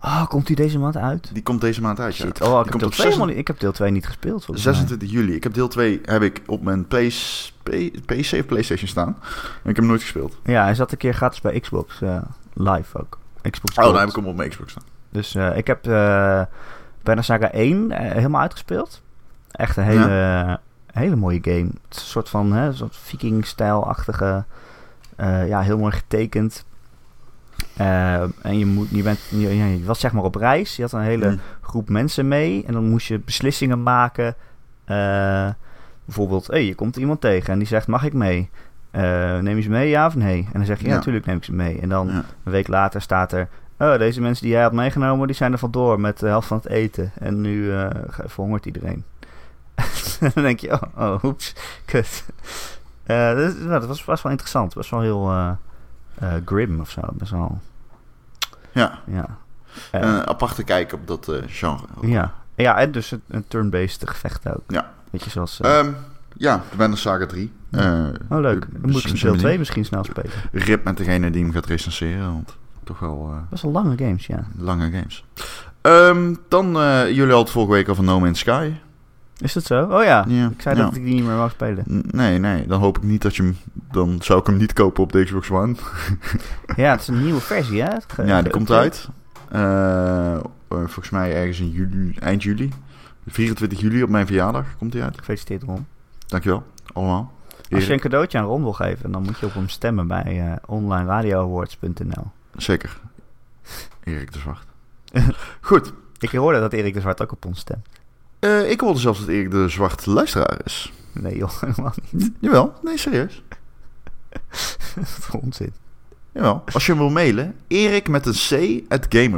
Oh, komt die deze maand uit? Die komt deze maand uit, ja. Shit. Oh, ik heb deel 2 niet gespeeld. 26 juli. Ik heb deel 2 op mijn PC of PlayStation staan. En ik heb hem nooit gespeeld. Ja, hij zat een keer gratis bij Xbox Live ook. Xbox dan heb ik hem op mijn Xbox staan. Dus ik heb Banner Saga 1 helemaal uitgespeeld. Echt een hele mooie game. Het is een soort van een soort Viking-stijl-achtige... heel mooi getekend. En je was zeg maar op reis. Je had een hele groep mensen mee. En dan moest je beslissingen maken. Bijvoorbeeld, je komt iemand tegen en die zegt, mag ik mee? Neem je ze mee, ja of nee? En dan zeg je, ja, natuurlijk neem ik ze mee. En dan een week later staat er... deze mensen die jij had meegenomen, die zijn er vandoor met de helft van het eten. En nu verhongert iedereen. Dan denk je, oeps, kut. Dat was best wel interessant. Best wel heel grim of zo. Best wel... Ja. Een aparte kijk op dat genre. Ook. Ja, en dus een turn-based gevecht ook. Ja. Weet je, zoals... de Banner Saga 3. Leuk. Dan moet ik deel 2 misschien snel spelen. Rip met degene die hem gaat recenseren, want toch wel... Best wel lange games, ja. Lange games. Dan, jullie hadden vorige week al van No Man's Sky. Is dat zo? Oh ja. Ik zei dat ik die niet meer wou spelen. Nee. Dan hoop ik niet dat je hem... Dan zou ik hem niet kopen op de Xbox One. Ja, het is een nieuwe versie, hè? Die komt uit. Volgens mij ergens in eind juli. 24 juli op mijn verjaardag komt hij uit. Gefeliciteerd, Ron. Dankjewel, allemaal. Als je een cadeautje aan Ron wil geven, dan moet je op hem stemmen bij onlineradioawards.nl. Zeker. Erik de Zwart. Goed. Ik hoorde dat Erik de Zwart ook op ons stemt. Ik hoorde zelfs dat Erik de Zwart luisteraar is. Nee joh, helemaal niet. Jawel, nee, serieus. Wat onzin. Jawel, als je hem wil mailen, Erik met een C@gamer.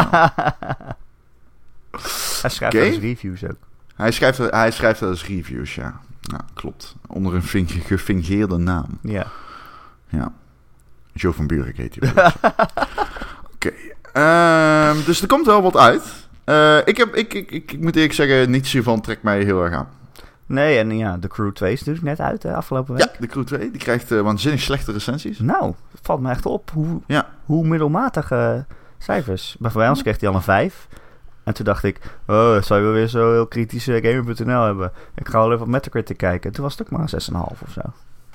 Hij schrijft wel eens reviews ook. Hij schrijft wel eens reviews, ja. Ja, klopt. Onder een gefingeerde naam. Ja. Joe van Buren heet hij wel. Oké. Dus er komt wel wat uit. Ik moet eerlijk zeggen, niets hiervan trekt mij heel erg aan. Nee, en The Crew 2 is natuurlijk net uit, afgelopen week. Ja, The Crew 2. Die krijgt waanzinnig slechte recensies. Nou, het valt me echt op hoe middelmatige cijfers. Bij ons kreeg hij al een 5. En toen dacht ik, zou je weer zo heel kritische Gamer.nl hebben? Ik ga wel even op Metacritic kijken. Toen was het ook maar een 6,5 of zo.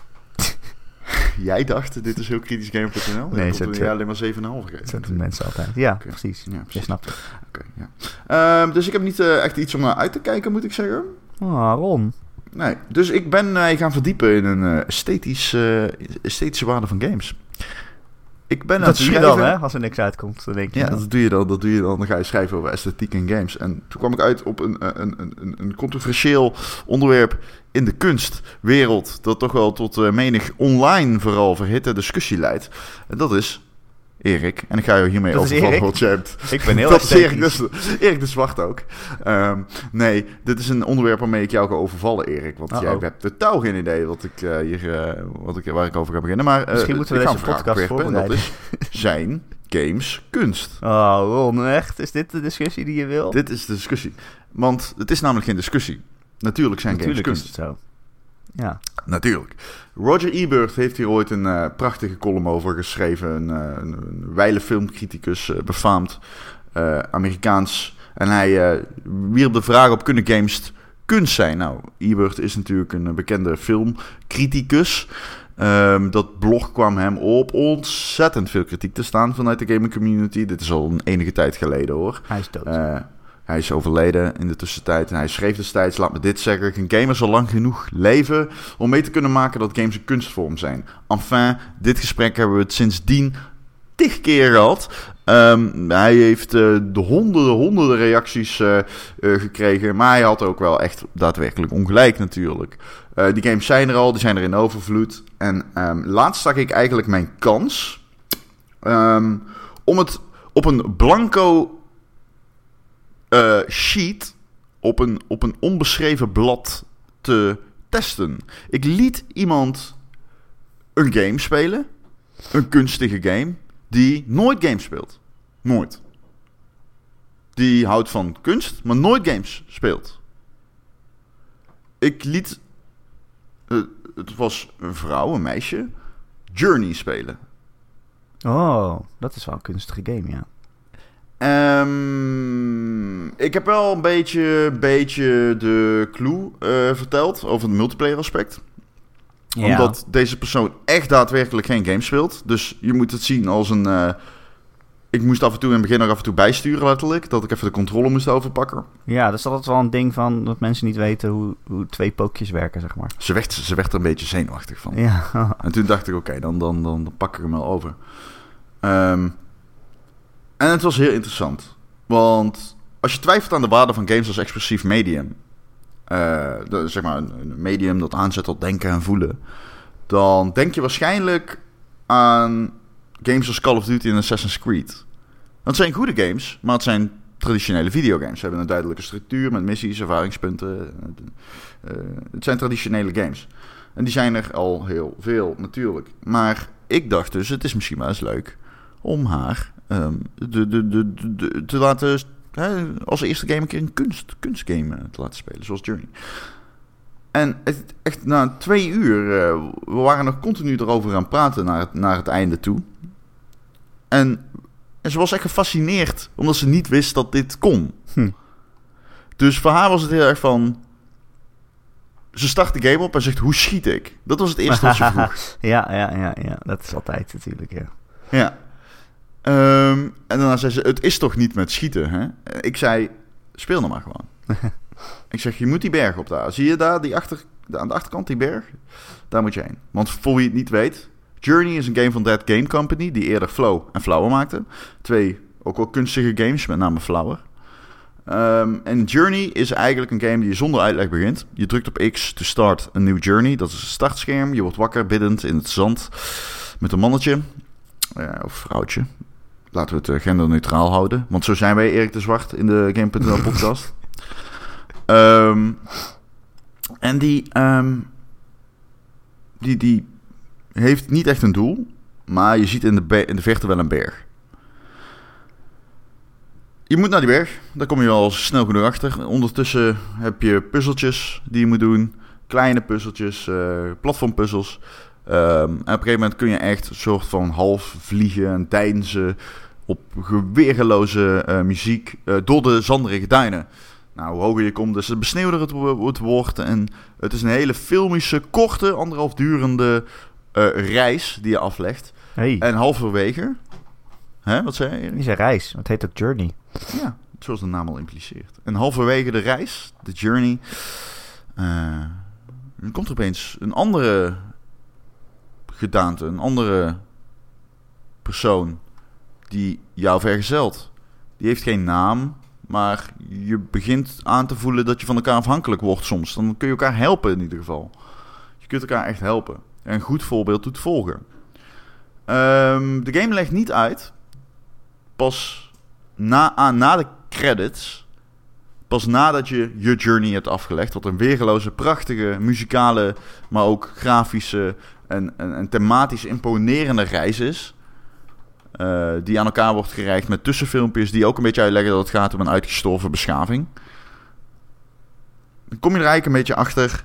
Jij dacht, dit is heel kritisch Gamer.nl? Nee, zo jij alleen maar 7,5 gegeven. Zo doen mensen altijd. Ja, okay. Precies. Ja, precies. Je snapt het. Okay, dus ik heb niet echt iets om naar uit te kijken, moet ik zeggen. Ron. Nee, dus ik ben gaan verdiepen in een esthetische waarde van games. Dat doe je dan, hè? Als er niks uitkomt, dan denk je... Ja, dat doe je dan. Dan ga je schrijven over esthetiek en games. En toen kwam ik uit op een controversieel onderwerp in de kunstwereld, dat toch wel tot menig online vooral verhitte discussie leidt. En dat is Erik. En ik ga je hiermee overvallen wat je hebt. Ik ben heel dat is Erik de Zwart ook. Nee, dit is een onderwerp waarmee ik jou ga overvallen, Erik. Want jij hebt totaal geen idee waar ik over ga beginnen. Maar misschien moeten we deze podcast voorbereiden. Dat is zijn games kunst. Oh, Ron, echt? Is dit de discussie die je wil? Dit is de discussie. Want het is namelijk geen discussie. Natuurlijk zijn games kunst. Is het zo. Ja. Natuurlijk. Roger Ebert heeft hier ooit een prachtige column over geschreven. Een wijle filmcriticus, befaamd, Amerikaans. En hij wierp de vraag op, kunnen games kunst zijn? Nou, Ebert is natuurlijk een bekende filmcriticus. Dat blog kwam hem op ontzettend veel kritiek te staan vanuit de gaming community. Dit is al een enige tijd geleden, hoor. Hij is dood. Hij is overleden in de tussentijd en hij schreef destijds, laat me dit zeggen, een gamer zal lang genoeg leven om mee te kunnen maken dat games een kunstvorm zijn. Enfin, dit gesprek hebben we het sindsdien 10 keer gehad. Hij heeft honderden reacties gekregen, maar hij had ook wel echt daadwerkelijk ongelijk natuurlijk. Die games zijn er al, die zijn er in overvloed. En laatst zag ik eigenlijk mijn kans om het op een blanco sheet, op een onbeschreven blad te testen. Ik liet iemand een game spelen, een kunstige game, die nooit games speelt. Nooit. Die houdt van kunst, maar nooit games speelt. Ik liet, het was een vrouw, een meisje, Journey spelen. Oh, dat is wel een kunstige game, ja. Ik heb wel een beetje de clue verteld over het multiplayer aspect. Ja. Omdat deze persoon echt daadwerkelijk geen game speelt. Dus je moet het zien als een... ik moest af en toe in het begin nog af en toe bijsturen letterlijk. Dat ik even de controle moest overpakken. Ja, dat is altijd wel een ding van dat mensen niet weten hoe 2 pookjes werken, zeg maar. Ze werd er een beetje zenuwachtig van. Ja. En toen dacht ik, oké, dan pak ik hem wel over. En het was heel interessant. Want als je twijfelt aan de waarde van games als expressief medium... zeg maar een medium dat aanzet tot denken en voelen... dan denk je waarschijnlijk aan games als Call of Duty en Assassin's Creed. Dat zijn goede games, maar het zijn traditionele videogames. Ze hebben een duidelijke structuur met missies, ervaringspunten. Het zijn traditionele games. En die zijn er al heel veel, natuurlijk. Maar ik dacht dus, het is misschien wel eens leuk om haar te laten... als eerste game een keer een kunstgame te laten spelen, zoals Journey. En echt na 2 uur, we waren nog continu erover aan het praten naar het einde toe. En ze was echt gefascineerd, omdat ze niet wist dat dit kon. Dus voor haar was het heel erg van... Ze start de game op en zegt, hoe schiet ik? Dat was het eerste wat ze vroeg. Ja, dat is altijd natuurlijk, ja. Ja. En daarna zei ze, het is toch niet met schieten, hè? Ik zei, speel nou maar gewoon. Ik zeg, je moet die berg op daar. Zie je daar, aan de achterkant, die berg? Daar moet je heen. Want voor wie het niet weet... Journey is een game van Dead Game Company... die eerder Flow en Flower maakte. 2 ook wel kunstige games, met name Flower. En Journey is eigenlijk een game die zonder uitleg begint. Je drukt op X to start a new journey. Dat is een startscherm. Je wordt wakker biddend in het zand... met een mannetje... of vrouwtje. Laten we het genderneutraal houden. Want zo zijn wij, Erik de Zwart, in de Game.nl podcast. En die heeft niet echt een doel. Maar je ziet in de verte wel een berg. Je moet naar die berg. Daar kom je al snel genoeg achter. Ondertussen heb je puzzeltjes die je moet doen. Kleine puzzeltjes, platformpuzzels. En op een gegeven moment kun je echt een soort van half vliegen en deinzen op geweerloze muziek door de zanderige duinen. Nou, hoe hoger je komt, dus besneeuwder het wordt. En het is een hele filmische, korte, 1,5 durende reis die je aflegt. Hey. En halverwege... Wat zei je? Die zei reis, het heet ook Journey. Ja, zoals de naam al impliceert. En halverwege de reis, de Journey... dan komt er opeens een andere... gedaante, een andere persoon die jou vergezelt. Die heeft geen naam, maar je begint aan te voelen dat je van elkaar afhankelijk wordt soms. Dan kun je elkaar helpen in ieder geval. Je kunt elkaar echt helpen. En een goed voorbeeld doet volgen. De game legt niet uit. Pas na de credits, pas nadat je journey hebt afgelegd, wat een weergeloze, prachtige, muzikale, maar ook grafische en thematisch imponerende reis is. Die aan elkaar wordt gereikt met tussenfilmpjes die ook een beetje uitleggen dat het gaat om een uitgestorven beschaving. Dan kom je er eigenlijk een beetje achter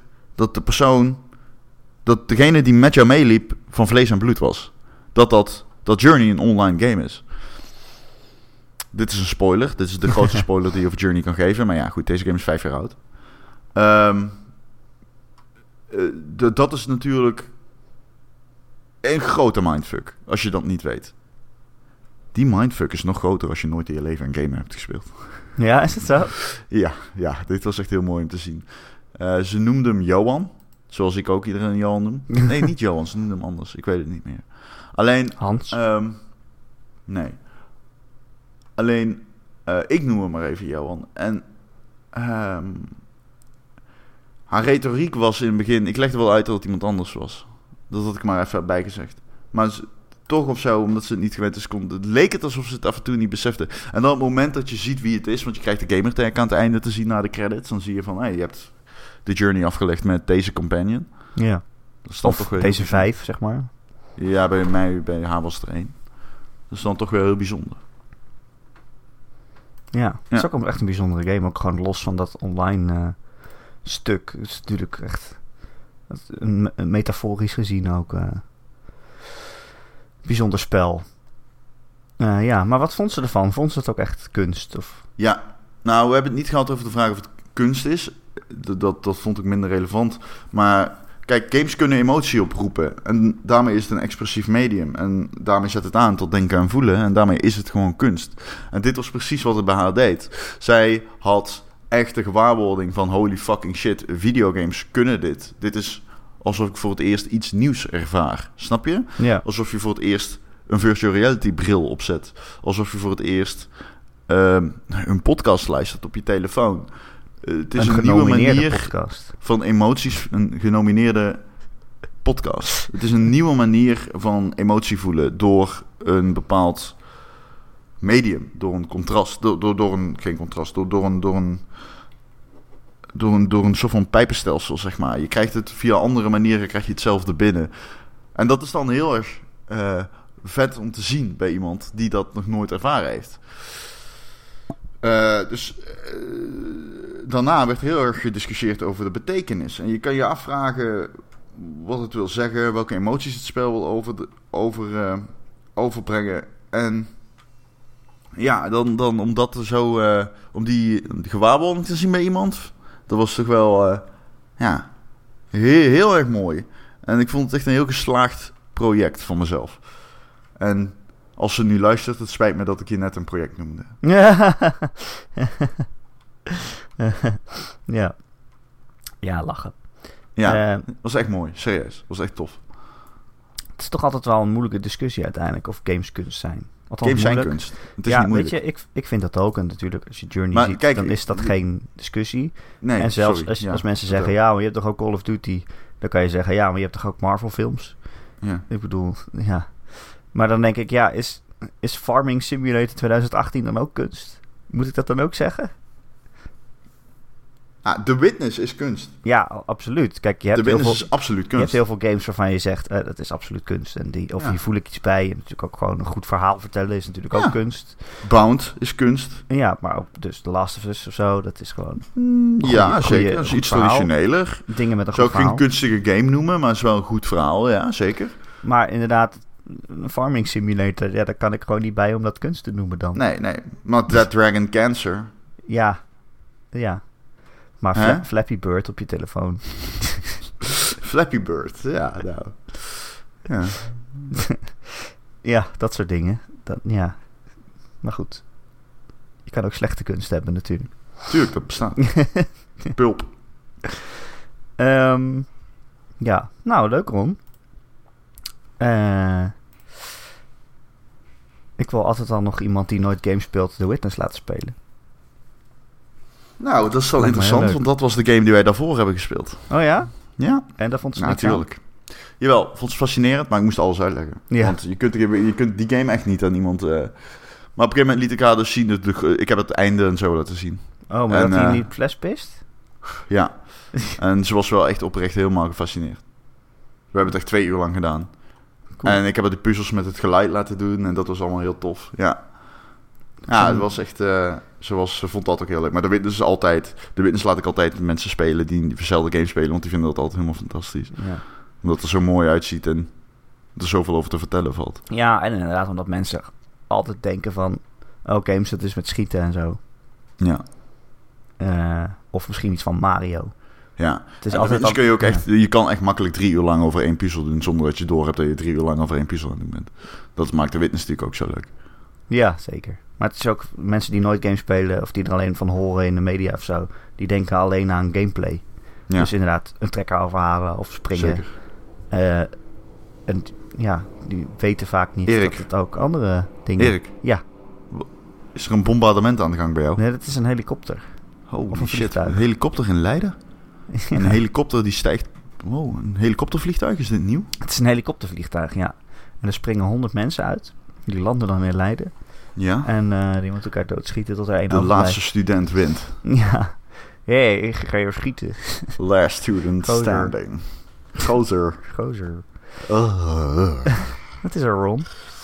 dat degene die met jou meeliep van vlees en bloed was. Dat Journey een online game is. Dit is een spoiler. Dit is de grootste spoiler die je over Journey kan geven. Maar ja, goed, deze game is 5 jaar oud. Dat is natuurlijk een grote mindfuck, als je dat niet weet. Die mindfuck is nog groter als je nooit in je leven een game hebt gespeeld. Ja, is het zo? Ja, dit was echt heel mooi om te zien. Ze noemden hem Johan, zoals ik ook iedereen Johan noem. Nee, niet Johan, ze noemden hem anders. Ik weet het niet meer. Alleen... Hans? Nee. Alleen, ik noem hem maar even Johan. En haar retoriek was in het begin... Ik legde wel uit dat het iemand anders was. Dat had ik maar even bijgezegd. Maar toch of zo, omdat ze het niet gewend is... leek het alsof ze het af en toe niet besefte. En dan op het moment dat je ziet wie het is... want je krijgt de gamertag aan het einde te zien na de credits... dan zie je van, je hebt de journey afgelegd met deze companion. Ja. Of toch weer deze 5, zeg maar. Ja, bij haar was er 1. Dat is dan toch weer heel bijzonder. Ja, het is ook echt een bijzondere game. Ook gewoon los van dat online stuk. Het is natuurlijk echt... metaforisch gezien ook... bijzonder spel. Ja, maar wat vond ze ervan? Vond ze het ook echt kunst? Of? Ja, nou, we hebben het niet gehad over de vraag of het kunst is. Dat vond ik minder relevant. Maar kijk, games kunnen emotie oproepen. En daarmee is het een expressief medium. En daarmee zet het aan tot denken en voelen. En daarmee is het gewoon kunst. En dit was precies wat het bij haar deed. Zij had echt de gewaarwording van holy fucking shit, videogames kunnen dit. Dit is alsof ik voor het eerst iets nieuws ervaar. Snap je? Ja. Alsof je voor het eerst een virtual reality bril opzet. Alsof je voor het eerst een podcast luistert op je telefoon. Het is een nieuwe manier podcast. Van emoties, een genomineerde podcast. Het is een nieuwe manier van emotie voelen door een bepaald medium, door een contrast, door een soort van pijpenstelsel, zeg maar. Je krijgt het via andere manieren, krijg je hetzelfde binnen. En dat is dan heel erg vet om te zien bij iemand die dat nog nooit ervaren heeft. Daarna werd heel erg gediscussieerd over de betekenis. En je kan je afvragen wat het wil zeggen, welke emoties het spel wil overbrengen. En ja, dan om dat zo, om die gewaarwording te zien bij iemand, dat was toch wel heel erg mooi. En ik vond het echt een heel geslaagd project van mezelf. En als ze nu luistert, het spijt me dat ik je net een project noemde. Ja, lachen. Ja, was echt mooi. Serieus. Was echt tof. Het is toch altijd wel een moeilijke discussie uiteindelijk of games kunst zijn. Althans, games zijn kunst. Het is niet moeilijk. Weet je, ik vind dat ook. En natuurlijk, als je Journey ziet, kijk, dan is dat geen discussie. Nee, en zelfs als mensen zeggen, ja, maar je hebt toch ook Call of Duty? Dan kan je zeggen, ja, maar je hebt toch ook Marvel films? Ja. Ik bedoel, ja. Maar dan denk ik, ja, is Farming Simulator 2018 dan ook kunst? Moet ik dat dan ook zeggen? The Witness is kunst. Ja, absoluut. Kijk, je hebt The Witness is absoluut kunst. Je hebt heel veel games waarvan je zegt, dat is absoluut kunst. En hier voel ik iets bij. En natuurlijk ook gewoon een goed verhaal vertellen is natuurlijk ook kunst. Bound is kunst. Ja, maar ook dus The Last of Us of zo, dat is gewoon... zeker. Dat is iets traditioneler. Dingen met een goed verhaal. Zou ik geen kunstige game noemen, maar het is wel een goed verhaal. Ja, zeker. Maar inderdaad, een Farming Simulator, ja, daar kan ik gewoon niet bij om dat kunst te noemen dan. Nee. Maar That Dragon Cancer. Ja. Maar Flappy Bird op je telefoon. Flappy Bird, ja, nou. Ja. Ja, dat soort dingen. Ja. Maar goed. Je kan ook slechte kunst hebben natuurlijk. Tuurlijk, dat bestaat. Pulp. Ja, nou, leuk Ron. Ik wil altijd al nog iemand die nooit games speelt The Witness laten spelen. Nou, dat is wel interessant, want dat was de game die wij daarvoor hebben gespeeld. Oh ja? Ja. En dat vond ze natuurlijk. Jawel, vond ze fascinerend, maar ik moest alles uitleggen. Ja. Want je kunt die game echt niet aan iemand... Maar op een gegeven moment liet ik haar dus zien... ik heb het einde en zo laten zien. Oh, maar dat hij niet flashpist? Ja. En ze was wel echt oprecht helemaal gefascineerd. We hebben het echt 2 uur lang gedaan. Cool. En ik heb de puzzels met het geluid laten doen en dat was allemaal heel tof. Ja, het was echt... Ze vond dat ook heel leuk. Maar de Witness laat ik altijd mensen spelen die dezelfde game spelen, want die vinden dat altijd helemaal fantastisch. Ja. Omdat het er zo mooi uitziet en er zoveel over te vertellen valt. Ja, en inderdaad omdat mensen altijd denken van... Oh, games, dat is met schieten en zo. Ja. Of misschien iets van Mario. Ja, het is altijd kun je ook echt... Je kan echt makkelijk 3 uur lang over 1 puzzel doen... zonder dat je door hebt dat je 3 uur lang over 1 puzzel aan het doen bent. Dat maakt de Witness natuurlijk ook zo leuk. Ja, zeker. Maar het is ook mensen die nooit games spelen... of die er alleen van horen in de media of zo... die denken alleen aan gameplay. Ja. Dus inderdaad, een trekker overhalen of springen. Zeker. En ja, die weten vaak niet dat het ook andere dingen... Erik? Ja. Is er een bombardement aan de gang bij jou? Nee, dat is een helikopter. Holy shit, een helikopter in Leiden? Ja. Een helikopter die stijgt... Wow, een helikoptervliegtuig? Is dit nieuw? Het is een helikoptervliegtuig, ja. En er springen 100 mensen uit. Die landen dan in Leiden. Ja. En die moeten elkaar doodschieten tot er één de laatste student wint. Ja. Hey, ik ga je schieten. Last student standing. Gozer. Wat is er, Ron?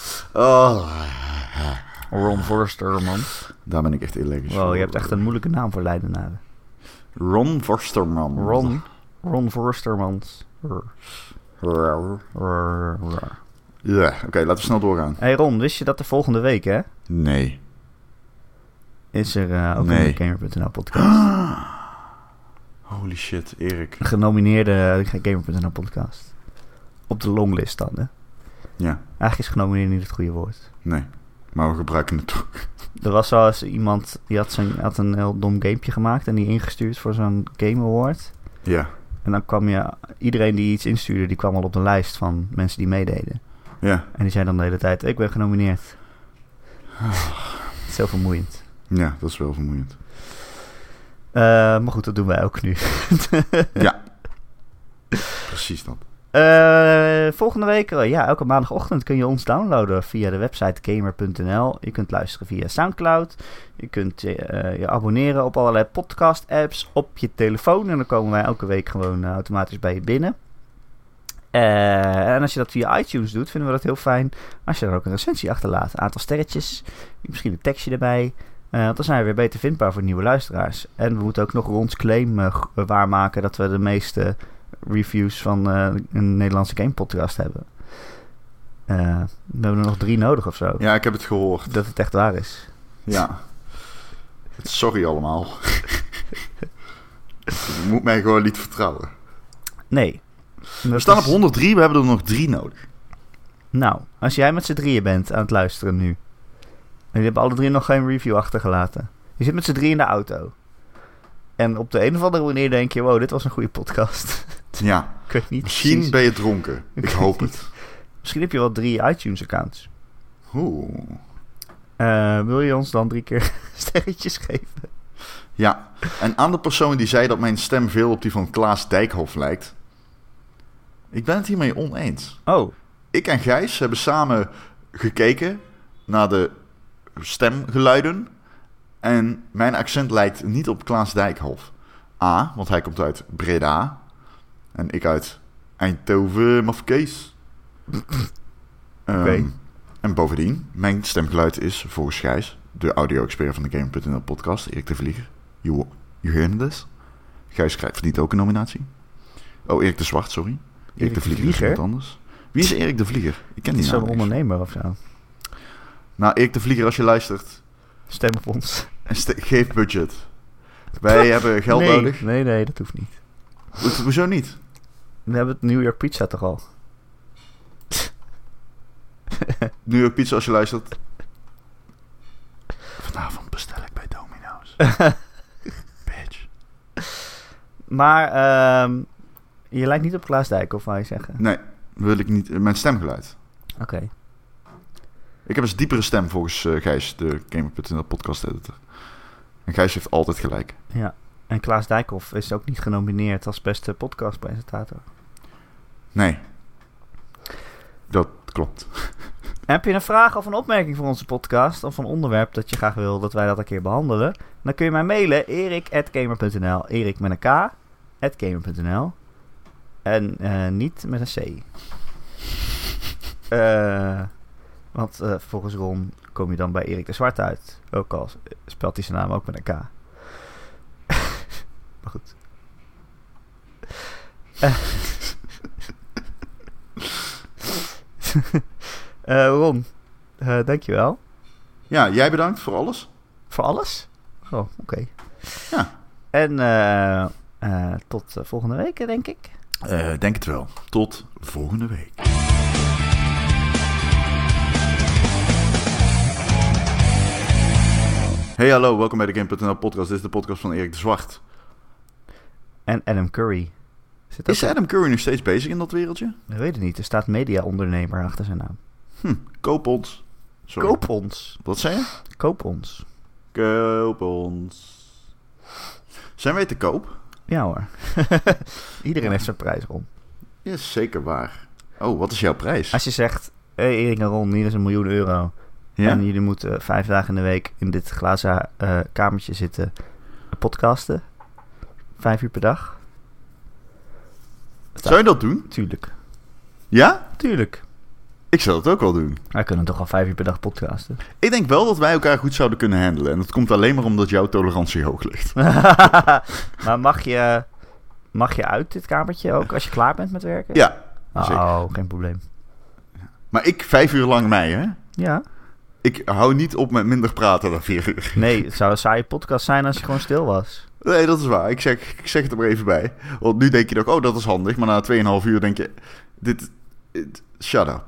Ron Forstermans. Daar ben ik echt allergisch voor. Wow, je hebt echt een moeilijke naam voor Leidenaren. Ron Forstermans. Ron Forstermans. Ja, oké, laten we snel doorgaan. Hey Ron, wist je dat de volgende week, hè? Nee. Is er ook een Gamer.nl podcast. Holy shit, Erik. Een genomineerde Gamer.nl podcast. Op de longlist dan, hè? Ja. Eigenlijk is genomineerd niet het goede woord. Nee, maar we gebruiken het toch. Er was wel eens iemand die had een heel dom gamepje gemaakt en die ingestuurd voor zo'n Game Award. Ja. En dan kwam iedereen die iets instuurde, die kwam al op de lijst van mensen die meededen. Ja. En die zei dan de hele tijd, ik ben genomineerd. Het is heel vermoeiend. Ja, dat is wel vermoeiend. Maar goed, dat doen wij ook nu. Ja. Precies dat. Volgende week, elke maandagochtend kun je ons downloaden via de website gamer.nl. Je kunt luisteren via Soundcloud. Je kunt je abonneren op allerlei podcast-apps op je telefoon. En dan komen wij elke week gewoon automatisch bij je binnen. En als je dat via iTunes doet, vinden we dat heel fijn. Als je er ook een recensie achterlaat. Een aantal sterretjes. Misschien een tekstje erbij. Want dan zijn we weer beter vindbaar voor nieuwe luisteraars. En we moeten ook nog Rons claim waarmaken dat we de meeste reviews van een Nederlandse game podcast hebben. We hebben er nog 3 nodig of zo. Ja, ik heb het gehoord. Dat het echt waar is. Ja. Sorry allemaal. Je moet mij gewoon niet vertrouwen. Nee. We staan op 103, we hebben er nog 3 nodig. Nou, als jij met z'n 3 bent aan het luisteren nu. En jullie hebben alle 3 nog geen review achtergelaten. Je zit met z'n 3 in de auto. En op de een of andere manier denk je, wow, dit was een goede podcast. Ja, ik weet niet misschien precies. ben je dronken. Ik hoop het. Misschien heb je wel 3 iTunes-accounts. Oeh. Wil je ons dan 3 keer sterretjes geven? Ja, en aan de persoon die zei dat mijn stem veel op die van Klaas Dijkhoff lijkt. Ik ben het hiermee oneens. Oh. Ik en Gijs hebben samen gekeken naar de stemgeluiden. En mijn accent lijkt niet op Klaas Dijkhoff. A, want hij komt uit Breda. En ik uit Eindhoven, Mafkees. Oké. En bovendien, mijn stemgeluid is volgens Gijs, de audio-expert van de Gamer.nl podcast, Erik de Vlieger. You hear this? Gijs verdient ook een nominatie. Oh, Erik de Zwart, sorry. Erik de Vlieger is iemand anders. Wie is Erik de Vlieger? Ik ken die naam. Zo'n ondernemer of zo. Nou, Erik de Vlieger, als je luistert. Stem op ons. En geef budget. Wij hebben geld nodig. Nee, dat hoeft niet. Hoezo niet? We hebben het New York Pizza toch al? New York Pizza, als je luistert. Vanavond bestel ik bij Domino's. Bitch. Maar je lijkt niet op Klaas Dijk, of wou je zeggen? Nee, wil ik niet. Mijn stemgeluid. Oké. Ik heb een diepere stem volgens Gijs, de Gamer.nl podcast editor. En Gijs heeft altijd gelijk. Ja, en Klaas Dijkhoff is ook niet genomineerd als beste podcastpresentator. Nee. Dat klopt. Heb je een vraag of een opmerking voor onze podcast, of een onderwerp dat je graag wil dat wij dat een keer behandelen, dan kun je mij mailen, erik@gamer.nl, Erik met een K, @gamer.nl, en niet met een C. Want volgens Ron kom je dan bij Erik de Zwart uit, ook al spelt hij zijn naam ook met een K. Maar goed. Ron, dankjewel. Ja, jij bedankt voor alles. Voor alles? Oh, oké. Ja. En tot volgende week, denk ik. Denk het wel. Tot volgende week. Hey, hallo. Welkom bij de Game.nl podcast. Dit is de podcast van Erik de Zwart. En Adam Curry. Is Adam Curry nog steeds bezig in dat wereldje? Ik weet het niet. Er staat media-ondernemer achter zijn naam. Koop ons. Sorry. Koop ons. Wat zei je? Koop ons. Koop ons. Zijn wij te koop? Ja hoor. Iedereen heeft zijn prijs, Ron. Ja, zeker waar. Oh, wat is jouw prijs? Als je zegt, hey Erik en Ron, hier is €1 miljoen. Ja? En jullie moeten 5 dagen in de week in dit glazen kamertje zitten podcasten. 5 uur per dag. Zou je dat doen? Tuurlijk. Ja? Tuurlijk. Ik zou dat ook wel doen. Wij kunnen toch al 5 uur per dag podcasten. Ik denk wel dat wij elkaar goed zouden kunnen handelen. En dat komt alleen maar omdat jouw tolerantie hoog ligt. Maar mag je uit dit kamertje ook als je klaar bent met werken? Ja. Oh, geen probleem. Maar ik 5 uur lang mee, hè? Ja. Ik hou niet op met minder praten dan 4 uur. Nee, het zou een saaie podcast zijn als je gewoon stil was. Nee, dat is waar. Ik zeg het er maar even bij. Want nu denk je ook, oh, dat is handig. Maar na 2,5 uur denk je, shut up.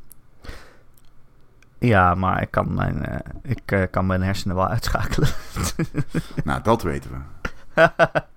Ja, maar ik kan mijn hersenen wel uitschakelen. Nou, dat weten we.